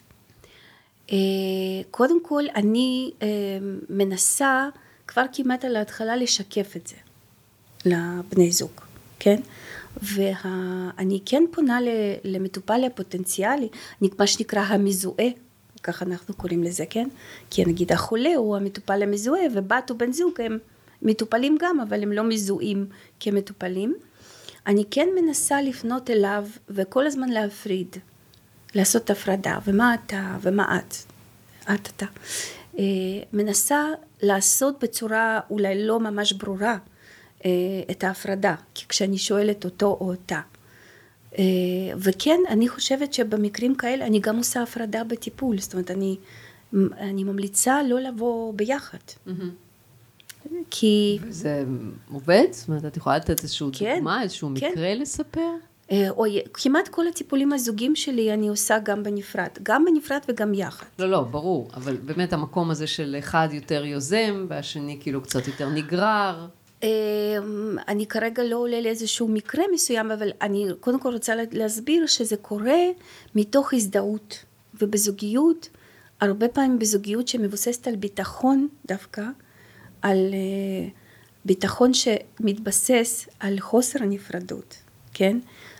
קודם כל אני מנסה כבר כמעט על ההתחלה לשקף את זה לבני זוג, כן? ואני כן פונה למטופל הפוטנציאלי, מה שנקרא המזוהה, ככה אנחנו קוראים לזה, כן? כי נגיד החולה הוא המטופל המזוהה, ובת או בן זוג הם מטופלים גם, אבל הם לא מזוהים כמטופלים. אני כן מנסה לפנות אליו, וכל הזמן להפריד, לעשות הפרדה, ומה אתה ומה את. אתה. מנסה לעשות בצורה אולי לא ממש ברורה את ההפרדה, כי כשאני שואלת אותו או אותה. וכן, אני חושבת שבמקרים כאלה אני גם עושה הפרדה בטיפול, זאת אומרת, אני ממליצה לא לבוא ביחד. כי... וזה עובד? זאת אומרת, את יכולה לתת איזשהו דוגמה, איזשהו מקרה לספר? או כמעט כל הטיפולים הזוגים שלי אני עושה גם בנפרד וגם יחד. לא, ברור, אבל באמת המקום הזה של אחד יותר יוזם, והשני כאילו קצת יותר נגרר. אני כרגע לא עולה לאיזשהו מקרה מסוים, אבל אני קודם כל רוצה להסביר שזה קורה מתוך הזדהות, ובזוגיות, הרבה פעמים בזוגיות שמבוססת על ביטחון דווקא, על ביטחון שמתבסס על חוסר הנפרדות, כן?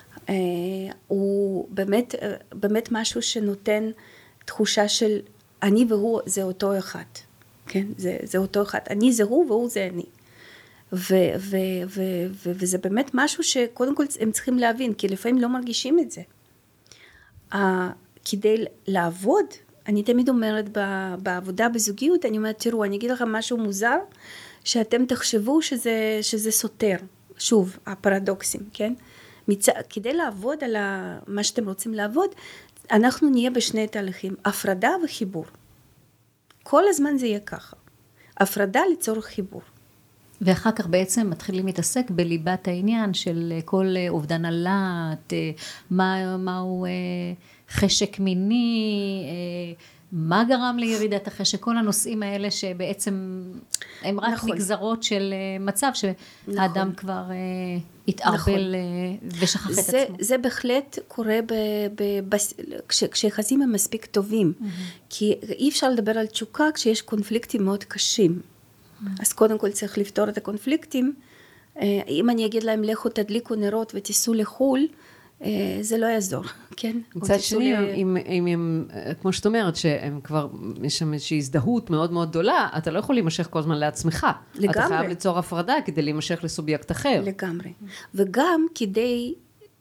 הוא באמת משהו שנותן תחושה של אני והוא זה אותו אחד, כן? זה אותו אחד, אני זה הוא והוא זה אני. וזה באמת משהו שקודם כל הם צריכים להבין, כי לפעמים לא מרגישים את זה. כדי לעבוד, אני תמיד אומרת בעבודה בזוגיות, אני אומרת, תראו, אני אגיד לכם משהו מוזר, שאתם תחשבו שזה סותר, שוב, הפרדוקסים, כן? כדי לעבוד על מה שאתם רוצים לעבוד, אנחנו נהיה בשני תהליכים, הפרדה וחיבור. כל הזמן זה יהיה ככה. הפרדה לצורך חיבור. ואחר כך בעצם מתחילים להתעסק בליבת העניין של כל אובדן הלט, מהו חשק מיני, מה גרם לירידת החשק, כל הנושאים האלה שבעצם הם רק נכון. נגזרות של מצב שהאדם נכון. כבר התערבל נכון. ושכח את עצמו. זה בהחלט קורה כשיחסים הם מספיק טובים, כי אי אפשר לדבר על תשוקה כשיש קונפליקטים מאוד קשים. אז קודם כל צריך לפתור את הקונפליקטים. אם אני אגיד להם לכו תדליקו נרות ותיסעו לחול, זה לא יעזור, כן? מצד שני, אם הם, כמו שאת אומרת, שהם כבר, יש שם איזושהי הזדהות מאוד מאוד גדולה, אתה לא יכול להימשך כל הזמן לעצמך. לגמרי. אתה חייב ליצור הפרדה כדי להימשך לסובייקט אחר. לגמרי. וגם כדי,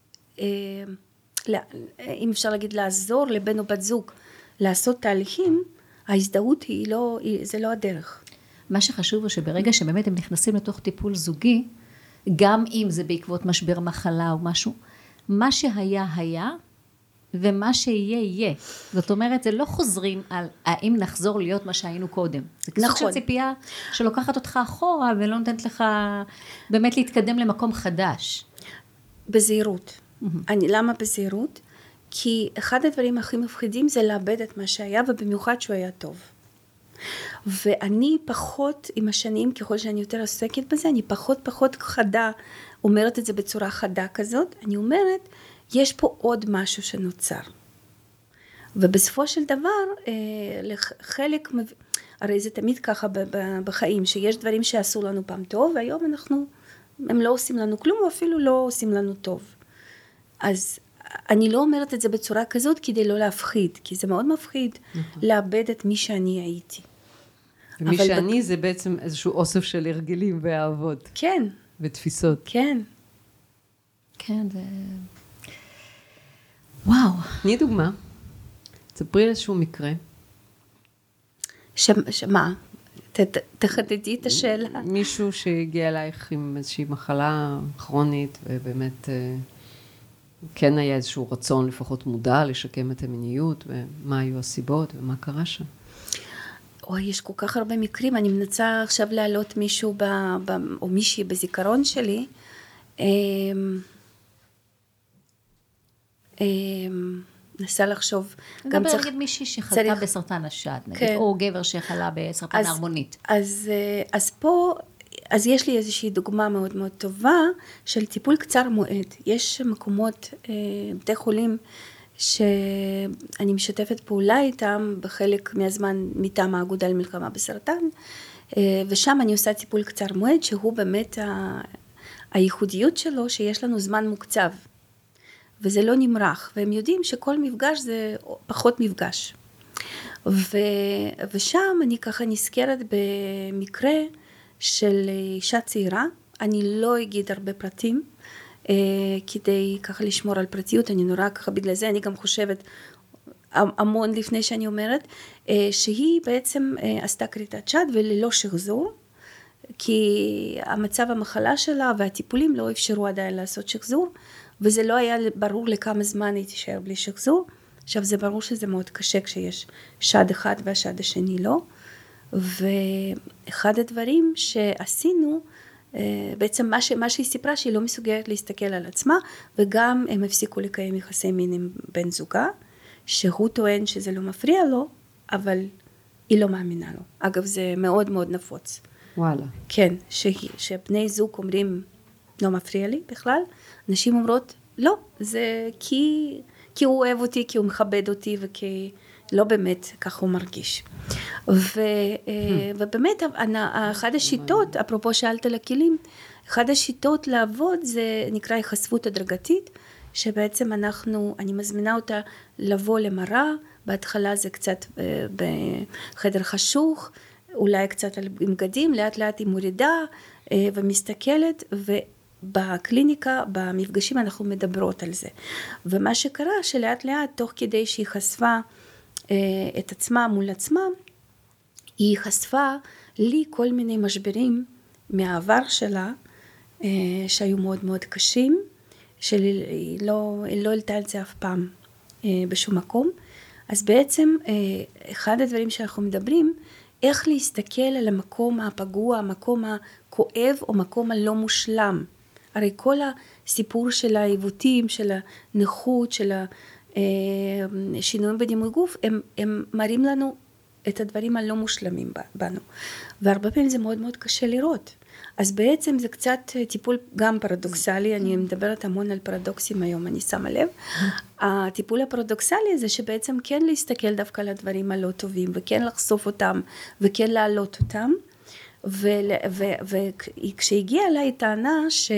אם אפשר להגיד, לעזור לבן או בת זוג, לעשות תהליכים, ההזדהות זה לא הדרך. מה שחשוב הוא שברגע שבאמת הם נכנסים לתוך טיפול זוגי, גם אם זה בעקבות משבר מחלה או משהו, מה שהיה היה, ומה שיהיה יהיה. זאת אומרת, זה לא חוזרים על האם נחזור להיות מה שהיינו קודם. זה כסוג של ציפייה שלוקחת אותך אחורה, ולא נותנת לך באמת להתקדם למקום חדש. בזהירות. למה בזהירות? כי אחד הדברים הכי מפחידים זה לאבד את מה שהיה, ובמיוחד שהוא היה טוב. ואני פחות עם השנים, ככל שאני יותר עוסקת בזה, אני פחות חדה, אומרת את זה בצורה חדה כזאת, אני אומרת, יש פה עוד משהו שנוצר. ובסופו של דבר, לחלק, הרי זה תמיד ככה בחיים, שיש דברים שעשו לנו פעם טוב, והיום הם לא עושים לנו כלום, או אפילו לא עושים לנו טוב. אז אני לא אומרת את זה בצורה כזאת, כדי לא להפחיד, כי זה מאוד מפחיד, לאבד את מי שאני הייתי. ומי שאני זה בעצם איזשהו אוסף של הרגלים ואהבות. כן. ותפיסות. כן. כן, זה... וואו. תני דוגמה. תספרי איזשהו מקרה. מה? תחדדי את השאלה. מישהו שהגיע אלייך עם איזושהי מחלה כרונית, ובאמת כן היה איזשהו רצון לפחות מודע לשקם את המיניות, ומה היו הסיבות ומה קרה שם. אוי, יש כל כך הרבה מקרים, אני מנסה עכשיו להעלות מישהו או מישהי בזיכרון שלי, נסה לחשוב. גם צריך להגיד מישהי שחלתה בסרטן השד, נגיד, או גבר שחלה בסרטן ההרמונית. אז פה, אז יש לי איזושהי דוגמה מאוד מאוד טובה של טיפול קצר מועד. יש מקומות, בתי חולים, שאני משתפת פעולה איתם בחלק מהזמן מטעם האגודה למלחמה בסרטן, ושם אני עושה טיפול קצר מועד, שהוא באמת הייחודיות שלו, שיש לנו זמן מוקצב, וזה לא נמרח, והם יודעים שכל מפגש זה פחות מפגש. ושם אני ככה נזכרת במקרה של אישה צעירה, אני לא אגיד הרבה פרטים, כדי ככה לשמור על פרטיות, אני נורא ככה בגלל זה, אני גם חושבת, המון לפני שאני אומרת, שהיא בעצם עשתה כריתת שד וללא שחזור, כי המצב המחלה שלה והטיפולים לא אפשרו עדיין לעשות שחזור, וזה לא היה ברור לכמה זמן היא תישאר בלי שחזור. עכשיו זה ברור שזה מאוד קשה כשיש שד אחד והשד השני לא, ואחד הדברים שעשינו, בעצם מה שהיא סיפרה שהיא לא מסוגלת להסתכל על עצמה, וגם הם הפסיקו לקיים יחסי מין עם בן זוגה, שהוא טוען שזה לא מפריע לו, אבל היא לא מאמינה לו. אגב, זה מאוד מאוד נפוץ. וואלה. כן, שבני זוג אומרים, לא מפריע לי בכלל, נשים אומרות, לא, זה כי הוא אוהב אותי, כי הוא מכבד אותי, וכי לא באמת ככה הוא מרגיש. ובאמת, אחת השיטות, אפרופו שאלת על הכלים, אחת השיטות לעבוד זה נקרא היחשפות הדרגתית, שבעצם אני מזמינה אותה לבוא למראה, בהתחלה זה קצת בחדר חשוך, אולי קצת עם בגדים, לאט לאט היא מורידה ומסתכלת, ובקליניקה, במפגשים אנחנו מדברות על זה. ומה שקרה שלאט לאט, תוך כדי שהיא חשפה את עצמה מול עצמה, היא חשפה לי כל מיני משברים מהעבר שלה, שהיו מאוד מאוד קשים, שהיא לא העלתה את זה אף פעם בשום מקום. אז בעצם אחד הדברים שאנחנו מדברים, איך להסתכל על המקום הפגוע, המקום הכואב או מקום הלא מושלם. הרי כל הסיפור של העיוותים, של הנכות, של השינויים בדימוי גוף, הם מראים לנו את הדברים הלא מושלמים בנו. והרבה פעמים זה מאוד מאוד קשה לראות. אז בעצם זה קצת טיפול גם פרדוקסלי, אני מדברת המון על פרדוקסים היום, אני שמה לב. הטיפול הפרדוקסלי זה שבעצם כן להסתכל דווקא על הדברים הלא טובים, וכן לחשוף אותם, וכן להעלות אותם. וכשהגיעה אליי טענה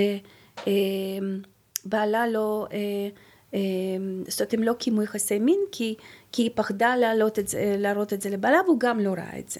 שבעלה לא, זאת אומרת, הם לא קיימו יחסי מין, כי היא פחדה להראות את זה לבעלה, והוא גם לא ראה את זה.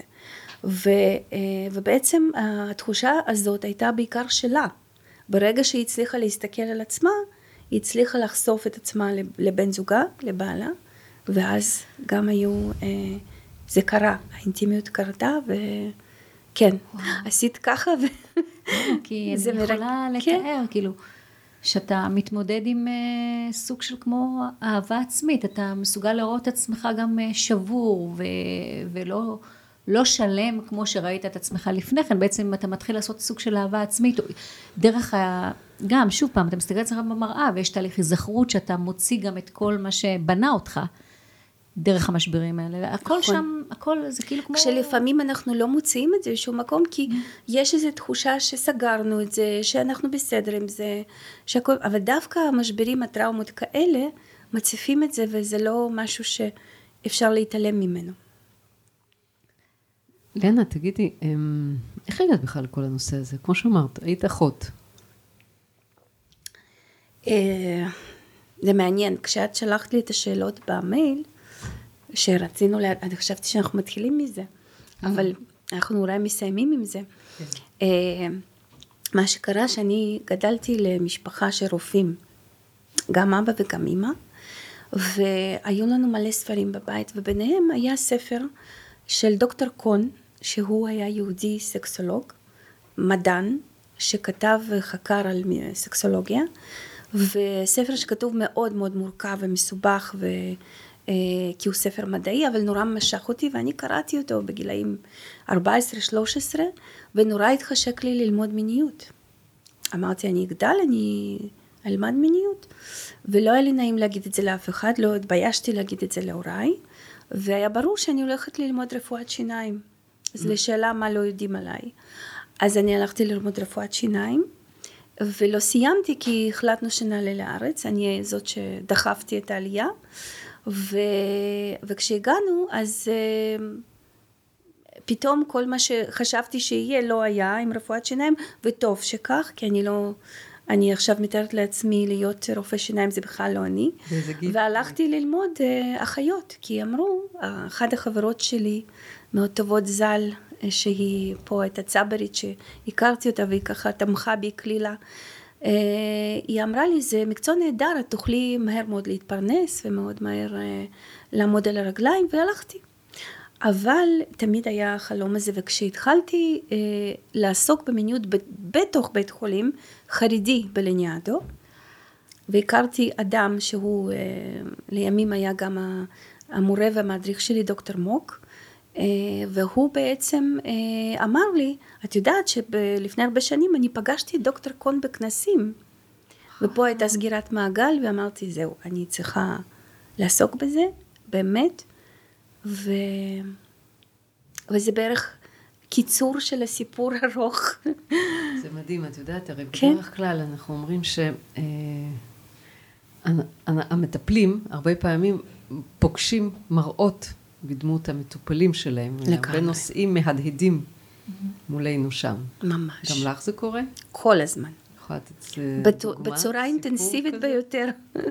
ובעצם התחושה הזאת הייתה בעיקר שלה. ברגע שהיא הצליחה להסתכל על עצמה, היא הצליחה לחשוף את עצמה לבן זוגה, לבעלה, ואז גם זה קרה, האינטימיות קרתה, וכן, עשית ככה, כי אני יכולה לתאר, כאילו, שאתה מתמודד עם סוג של כמו אהבה עצמית, אתה מסוגל לראות את עצמך גם שבור, ולא שלם כמו שראית את עצמך לפני כן, בעצם אתה מתחיל לעשות סוג של אהבה עצמית, דרך גם, שוב פעם, אתה מסתכל אצלך במראה, ויש תהליך היזכרות שאתה מוציא גם את כל מה שבנה אותך, דרך המשברים האלה, הכל שם, הכל זה כאילו כמו... כשלפעמים אנחנו לא מוציאים את זה בשום מקום, כי יש איזו תחושה שסגרנו את זה, שאנחנו בסדר עם זה, שהכל... אבל דווקא המשברים, הטראומות כאלה, מציפים את זה, וזה לא משהו שאפשר להתעלם ממנו. לנה, תגידי, איך הגעת בכלל לכל הנושא הזה? כמו שאמרת, היית אחות. זה מעניין, כשאת שלחת לי את השאלות במייל, שרצינו, אני חשבתי שאנחנו מתחילים מזה, אבל אנחנו אולי מסיימים עם זה. מה שקרה שאני גדלתי למשפחה של רופאים, גם אבא וגם אמא, והיו לנו מלא ספרים בבית, וביניהם היה ספר של דוקטור קון, שהוא היה יהודי סקסולוג, מדען, שכתב וחקר על סקסולוגיה, וספר שכתוב מאוד מאוד מורכב ומסובך, כי הוא ספר מדעי, אבל נורא משך אותי, ואני קראתי אותו בגילאים 14-13, ונורא התחשק לי ללמוד מיניות. אמרתי, אני אגדל, אני אלמד מיניות, ולא היה לי נעים להגיד את זה לאף אחד, לא התביישתי להגיד את זה להוריי, והיה ברור שאני הולכת ללמוד רפואת שיניים. אז לשאלה מה לא יודעים עליי. אז אני הלכתי ללמוד רפואת שיניים, ולא סיימתי כי החלטנו שנעלה לארץ, אני זאת שדחפתי את העלייה, וכשהגענו אז פתאום כל מה שחשבתי שיהיה לא היה עם רפואת שיניים, וטוב שכך, כי אני עכשיו מתארת לעצמי להיות רופא שיניים, זה בכלל לא אני, והלכתי ללמוד אחיות, כי אמרו, אחת החברות שלי מאוד טובות ז"ל, שהיא פה הייתה צברית שהכרתי אותה והיא ככה תמכה בי כלילה, היא אמרה לי, זה מקצוע נהדר, את תוכלי מהר מאוד להתפרנס, ומאוד מהר לעמוד על הרגליים, והלכתי. אבל תמיד היה החלום הזה, וכשהתחלתי לעסוק במיניות בתוך בית חולים, חרדי בלניאדו, והכרתי אדם שהוא לימים היה גם המורה והמדריך שלי, דוקטור מוק, והוא בעצם אמר לי, את יודעת שלפני הרבה שנים אני פגשתי דוקטור קון בכנסים, ופה הייתה סגירת מעגל, ואמרתי, זהו, אני צריכה לעסוק בזה, באמת, וזה בערך קיצור של הסיפור ארוך. זה מדהים, את יודעת, הרי כן. בדרך כלל אנחנו אומרים שהמטפלים הרבה פעמים פוגשים מראות בדמות המטופלים שלהם. הרבה נושאים מהדהדים מולנו שם. ממש. גם לך זה קורה? כל הזמן. יכולה לתת דוגמה? בצורה אינטנסיבית כזה? ביותר.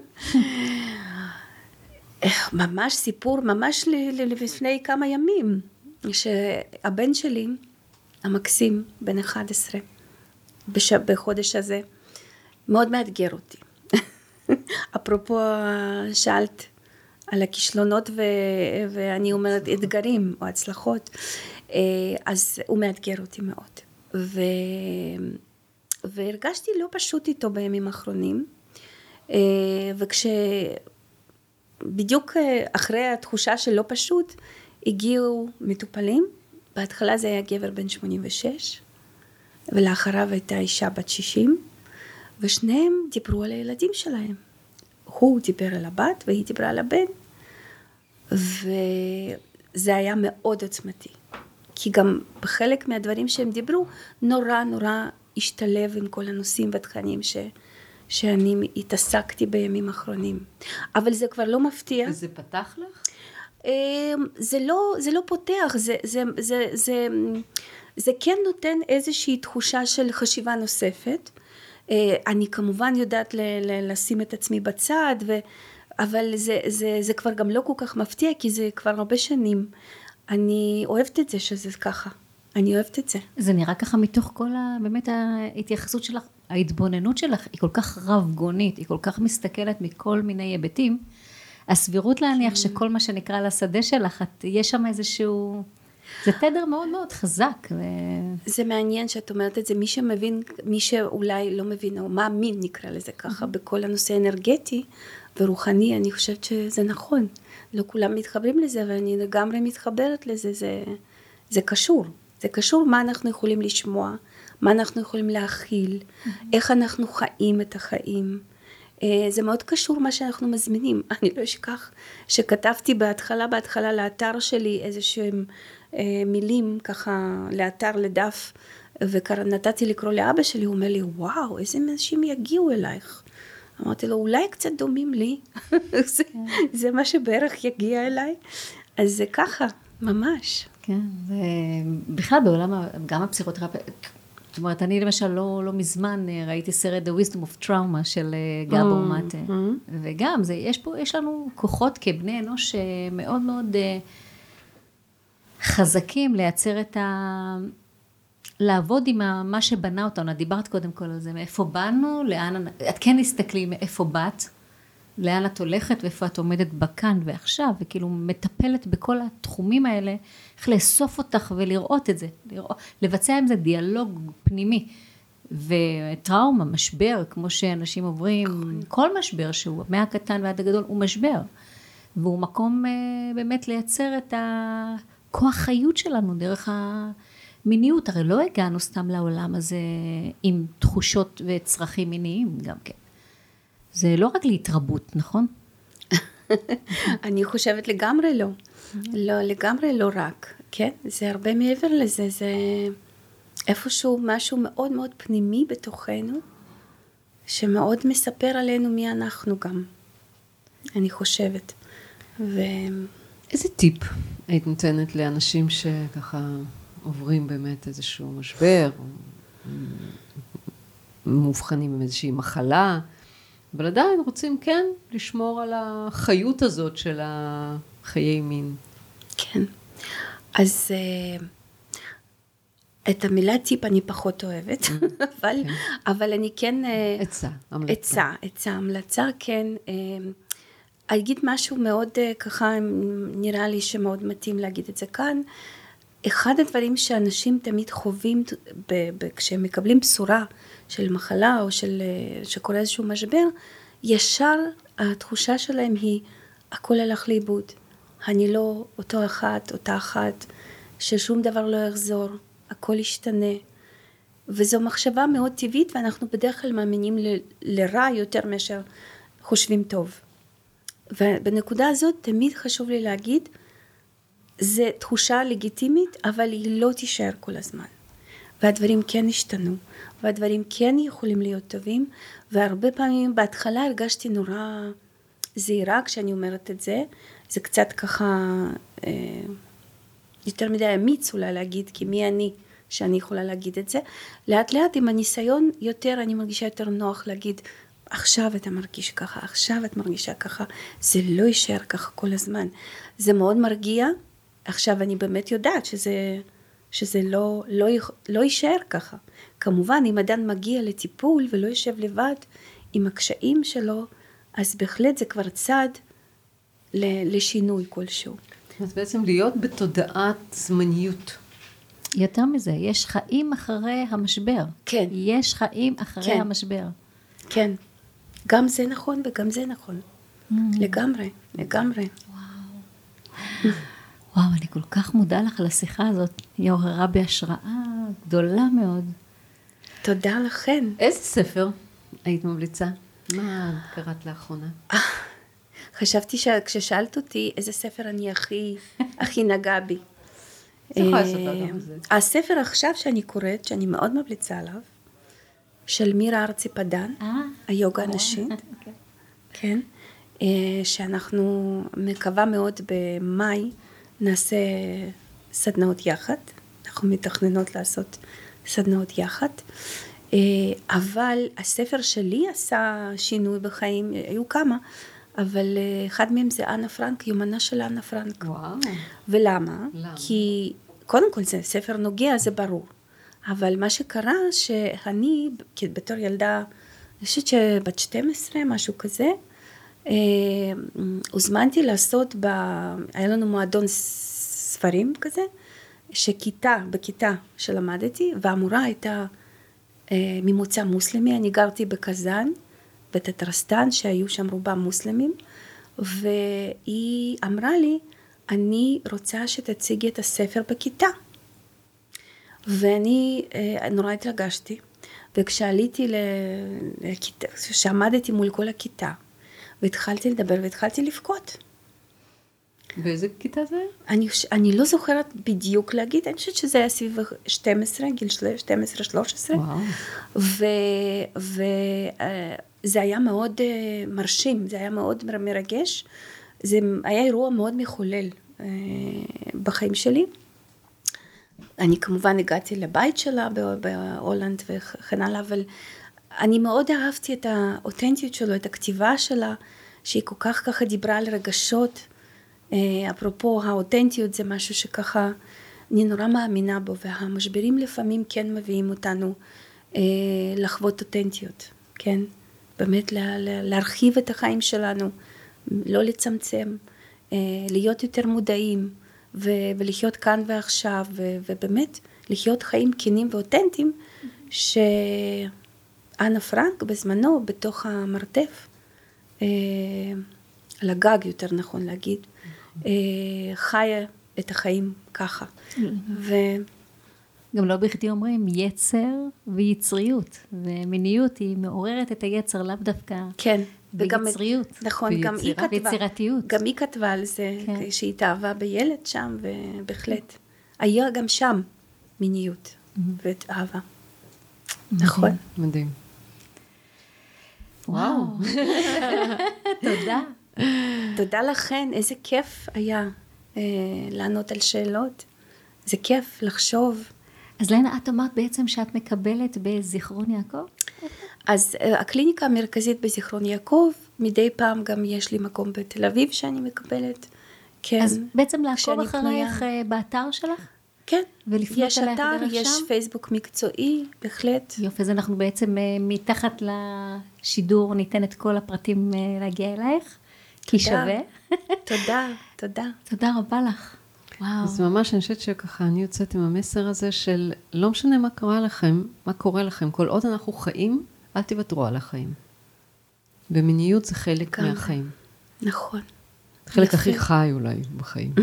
ממש סיפור, ממש לפני כמה ימים, שהבן שלי, המקסים, בן 11, בחודש הזה, מאוד מאתגר אותי. אפרופו שאלת על הכישלונות ואני אומרת אתגרים או הצלחות, אז הוא מאתגר אותי מאוד. והרגשתי לא פשוט איתו בימים האחרונים, בדיוק אחרי התחושה של לא פשוט, הגיעו מטופלים, בהתחלה זה היה גבר בן 86, ולאחריו הייתה אישה בת 60, ושניהם דיברו על הילדים שלהם. הוא דיבר על הבת והיא דיברה על הבן, וזה היה מאוד עוצמתי. כי גם בחלק מהדברים שהם דיברו, נורא נורא השתלב עם כל הנושאים והתכנים שאני התעסקתי בימים האחרונים. אבל זה כבר לא מפתיע. וזה פתח לך? זה לא פותח, זה כן נותן איזושהי תחושה של חשיבה נוספת. אני כמובן יודעת לשים את עצמי בצד, אבל זה כבר גם לא כל כך מפתיע, כי זה כבר הרבה שנים. אני אוהבת את זה שזה ככה. אני אוהבת את זה. זה נראה ככה מתוך כל באמת ההתייחסות שלך, ההתבוננות שלך היא כל כך רב גונית, היא כל כך מסתכלת מכל מיני היבטים, הסבירות להניח שכל מה שנקרא לשדה שלך, יש שם איזשהו, זה תדר מאוד מאוד חזק. זה מעניין שאת אומרת את זה, מי שמבין, מי שאולי לא מבין, או מאמין נקרא לזה ככה, בכל הנושא האנרגטי ורוחני, אני חושבת שזה נכון. לא כולם מתחברים לזה, אבל אני לגמרי מתחברת לזה, זה קשור. זה קשור מה אנחנו יכולים לשמוע, מה אנחנו יכולים להכיל, איך אנחנו חיים את החיים. זה מאוד קשור מה שאנחנו מזמינים. אני לא אשכח שכתבתי בהתחלה לאתר שלי איזשהם מילים ככה לאתר לדף, ונתתי לקרוא לאבא שלי, הוא אומר לי, וואו, איזה אנשים יגיעו אלייך. אמרתי לו, אולי קצת דומים לי, זה מה שבערך יגיע אליי. אז זה ככה, ממש. כן, ובכלל בעולם, גם הפסיכותרפיה, זאת אומרת, אני למשל לא מזמן ראיתי סרט The Wisdom of Trauma של גאבור מאטה, וגם יש לנו כוחות כבני אנוש מאוד מאוד חזקים לייצר לעבוד עם מה שבנה אותנו. את דיברת קודם כל על זה, מאיפה באנו, את כן הסתכלי מאיפה באת, לאן את הולכת ואיפה את עומדת בכאן ועכשיו, וכאילו מטפלת בכל התחומים האלה, איך לאסוף אותך ולראות את זה, לבצע עם זה דיאלוג פנימי, וטראומה, משבר, כמו שאנשים עוברים, כל משבר שהוא, מהקטן ועד הגדול, הוא משבר, והוא מקום באמת לייצר את הכוח חיות שלנו, דרך המיניות, הרי לא הגענו סתם לעולם הזה, עם תחושות וצרכים מיניים גם כן. זה לא רק להתרבות, נכון? אני חושבת לגמרי לא. לא, לגמרי לא רק, כן? זה הרבה מעבר לזה, זה איפשהו משהו מאוד מאוד פנימי בתוכנו, שמאוד מספר עלינו מי אנחנו גם, אני חושבת. איזה טיפ היית נותנת לאנשים שככה עוברים באמת איזשהו משבר, מאובחנים עם איזושהי מחלה, אבל עדיין רוצים כן לשמור על החיות הזאת של החיי מין. כן. אז את המילה טיפ אני פחות אוהבת, אבל אני כן... המלצה, כן. אגיד משהו מאוד ככה, נראה לי שמאוד מתאים להגיד את זה כאן. אחד הדברים שאנשים תמיד חווים כשהם מקבלים בשורה של מחלה או שקורה איזשהו משבר, ישר התחושה שלהם היא, הכל הלך לאיבוד. אני לא אותה אחת, ששום דבר לא יחזור, הכל ישתנה. וזו מחשבה מאוד טבעית, ואנחנו בדרך כלל מאמינים לרע יותר מאשר חושבים טוב. ובנקודה הזאת תמיד חשוב לי להגיד, זה תחושה לגיטימית, אבל היא לא תישאר כל הזמן. והדברים כן השתנו, והדברים כן יכולים להיות טובים, והרבה פעמים בהתחלה הרגשתי נורא זהירה כשאני אומרת את זה, זה קצת ככה יותר מדי אמיץ אולי להגיד, כי מי אני שאני יכולה להגיד את זה. לאט לאט עם הניסיון יותר, אני מרגישה יותר נוח להגיד, עכשיו אתה מרגיש ככה, עכשיו את מרגישה ככה, זה לא יישאר ככה כל הזמן. זה מאוד מרגיע, עכשיו אני באמת יודעת שזה לא יישאר ככה. כמובן, אם אדם מגיע לטיפול ולא יושב לבד עם הקשיים שלו, אז בהחלט זה כבר צעד לשינוי כלשהו. אז בעצם להיות בתודעת זמניות. יותר מזה, יש חיים אחרי המשבר. כן. יש חיים אחרי המשבר. כן. גם זה נכון וגם זה נכון. לגמרי. וואו, אני כל כך מודה לך על השיחה הזאת. היא עוררה בהשראה גדולה מאוד. תודה לכן. איזה ספר היית ממליצה? מה קראת לאחרונה? חשבתי שכששאלת אותי איזה ספר אני הכי נגע בי. הספר עכשיו שאני קוראת, שאני מאוד ממליצה עליו, של מירה ארצי פדן, היוגה הנשית. כן. שאנחנו מקווה מאוד במאי נעשה סדנאות יחד. אנחנו מתכננות לעשות סדנאות יחד. אבל הספר שלי עשה שינוי בחיים, היו כמה, אבל אחד מהם זה אנה פרנק, יומנה של אנה פרנק. וואו. ולמה? כי קודם כל זה ספר נוגע, זה ברור. אבל מה שקרה שאני, בתור ילדה, אני חושבת שבת 12, משהו כזה, הוזמנתי לעשות, היה לנו מועדון ספרים כזה, בכיתה שלמדתי, והמורה הייתה ממוצא מוסלמי, אני גרתי בקזאן, בטטרסטן, שהיו שם רובם מוסלמים, והיא אמרה לי, אני רוצה שתציגי את הספר בכיתה. ואני נורא התרגשתי, וכשעליתי לכיתה, כשעמדתי מול כל הכיתה, והתחלתי לדבר והתחלתי לבכות. באיזה כיתה זה? אני לא זוכרת בדיוק להגיד, אני חושבת שזה היה סביב 12, גיל 12-13. וזה היה מאוד מרשים, זה היה מאוד מרגש. זה היה אירוע מאוד מחולל בחיים שלי. אני כמובן הגעתי לבית שלה בהולנד וכן הלאה, אבל אני מאוד אהבתי את האותנטיות שלו, את הכתיבה שלה, שהיא כל כך ככה דיברה על רגשות. אפרופו האותנטיות זה משהו שככה אני נורא מאמינה בו, והמשברים לפעמים כן מביאים אותנו לחוות אותנטיות, כן? באמת להרחיב את החיים שלנו, לא לצמצם, להיות יותר מודעים, ולחיות כאן ועכשיו, ובאמת לחיות חיים כנים ואותנטיים, שאנה פרנק בזמנו, בתוך המרתף, על הגג יותר נכון להגיד, חיה את החיים ככה. גם לא בכדי אומרים יצר ויצריות, ומיניות היא מעוררת את היצר לאו דווקא. כן. ויצריות. נכון, גם היא כתבה. ויצירתיות. גם היא כתבה על זה, שהיא התאהבה בילד שם, ובהחלט. היה גם שם מיניות ואהבה. נכון. מדהים. וואו. תודה. תודה לכן, איזה כיף היה לענות על שאלות. זה כיף לחשוב. אז לנה, את אמרת בעצם שאת מקבלת בזיכרון יעקב? אז הקליניקה המרכזית בזיכרון יעקב, מדי פעם גם יש לי מקום בתל אביב שאני מקבלת. כן. אז בעצם לעקוב אחרייך באתר שלך? כן, ולפנות יש אלייך אתר, דרך יש שם? פייסבוק מקצועי, בהחלט. יופי, אז אנחנו בעצם מתחת לשידור ניתן את כל הפרטים להגיע אלייך, כי שווה. תודה, תודה. תודה רבה לך. וואו. אז ממש אני חושבת שככה אני יוצאת עם המסר הזה של לא משנה מה קורה לכם, מה קורה לכם, כל עוד אנחנו חיים, אל תוותרו על החיים. ומיניות זה חלק מהחיים. נכון. חלק הכי חי אולי בחיים.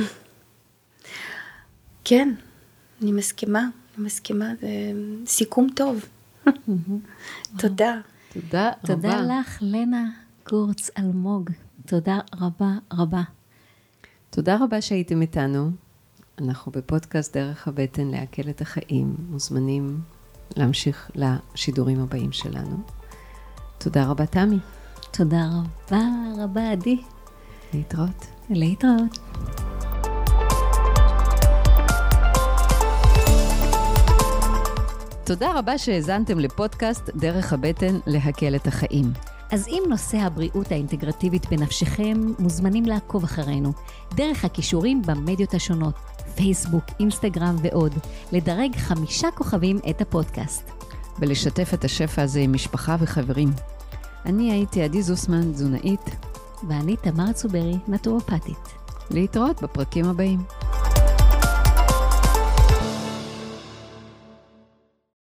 כן, אני מסכימה, זה סיכום טוב. תודה. תודה רבה. תודה לך, לנה גורץ אלמוג. תודה רבה רבה. תודה רבה שהייתם איתנו. אנחנו בפודקאסט דרך הבטן לעכל את החיים. מוזמנים להמשיך לשידורים הבאים שלנו. תודה רבה, תמי. תודה רבה רבה, עדי. להתראות. להתראות. תודה רבה שהאזנתם לפודקאסט דרך הבטן להקל את החיים. אז אם נושא הבריאות האינטגרטיבית בנפשכם, מוזמנים לעקוב אחרינו, דרך הכישורים במדיות השונות, פייסבוק, אינסטגרם ועוד, לדרג 5 כוכבים את הפודקאסט. ולשתף את השפע הזה עם משפחה וחברים. אני הייתי עדי זוסמן, תזונאית. ואני תמר צוברי, נטורופטית. להתראות בפרקים הבאים.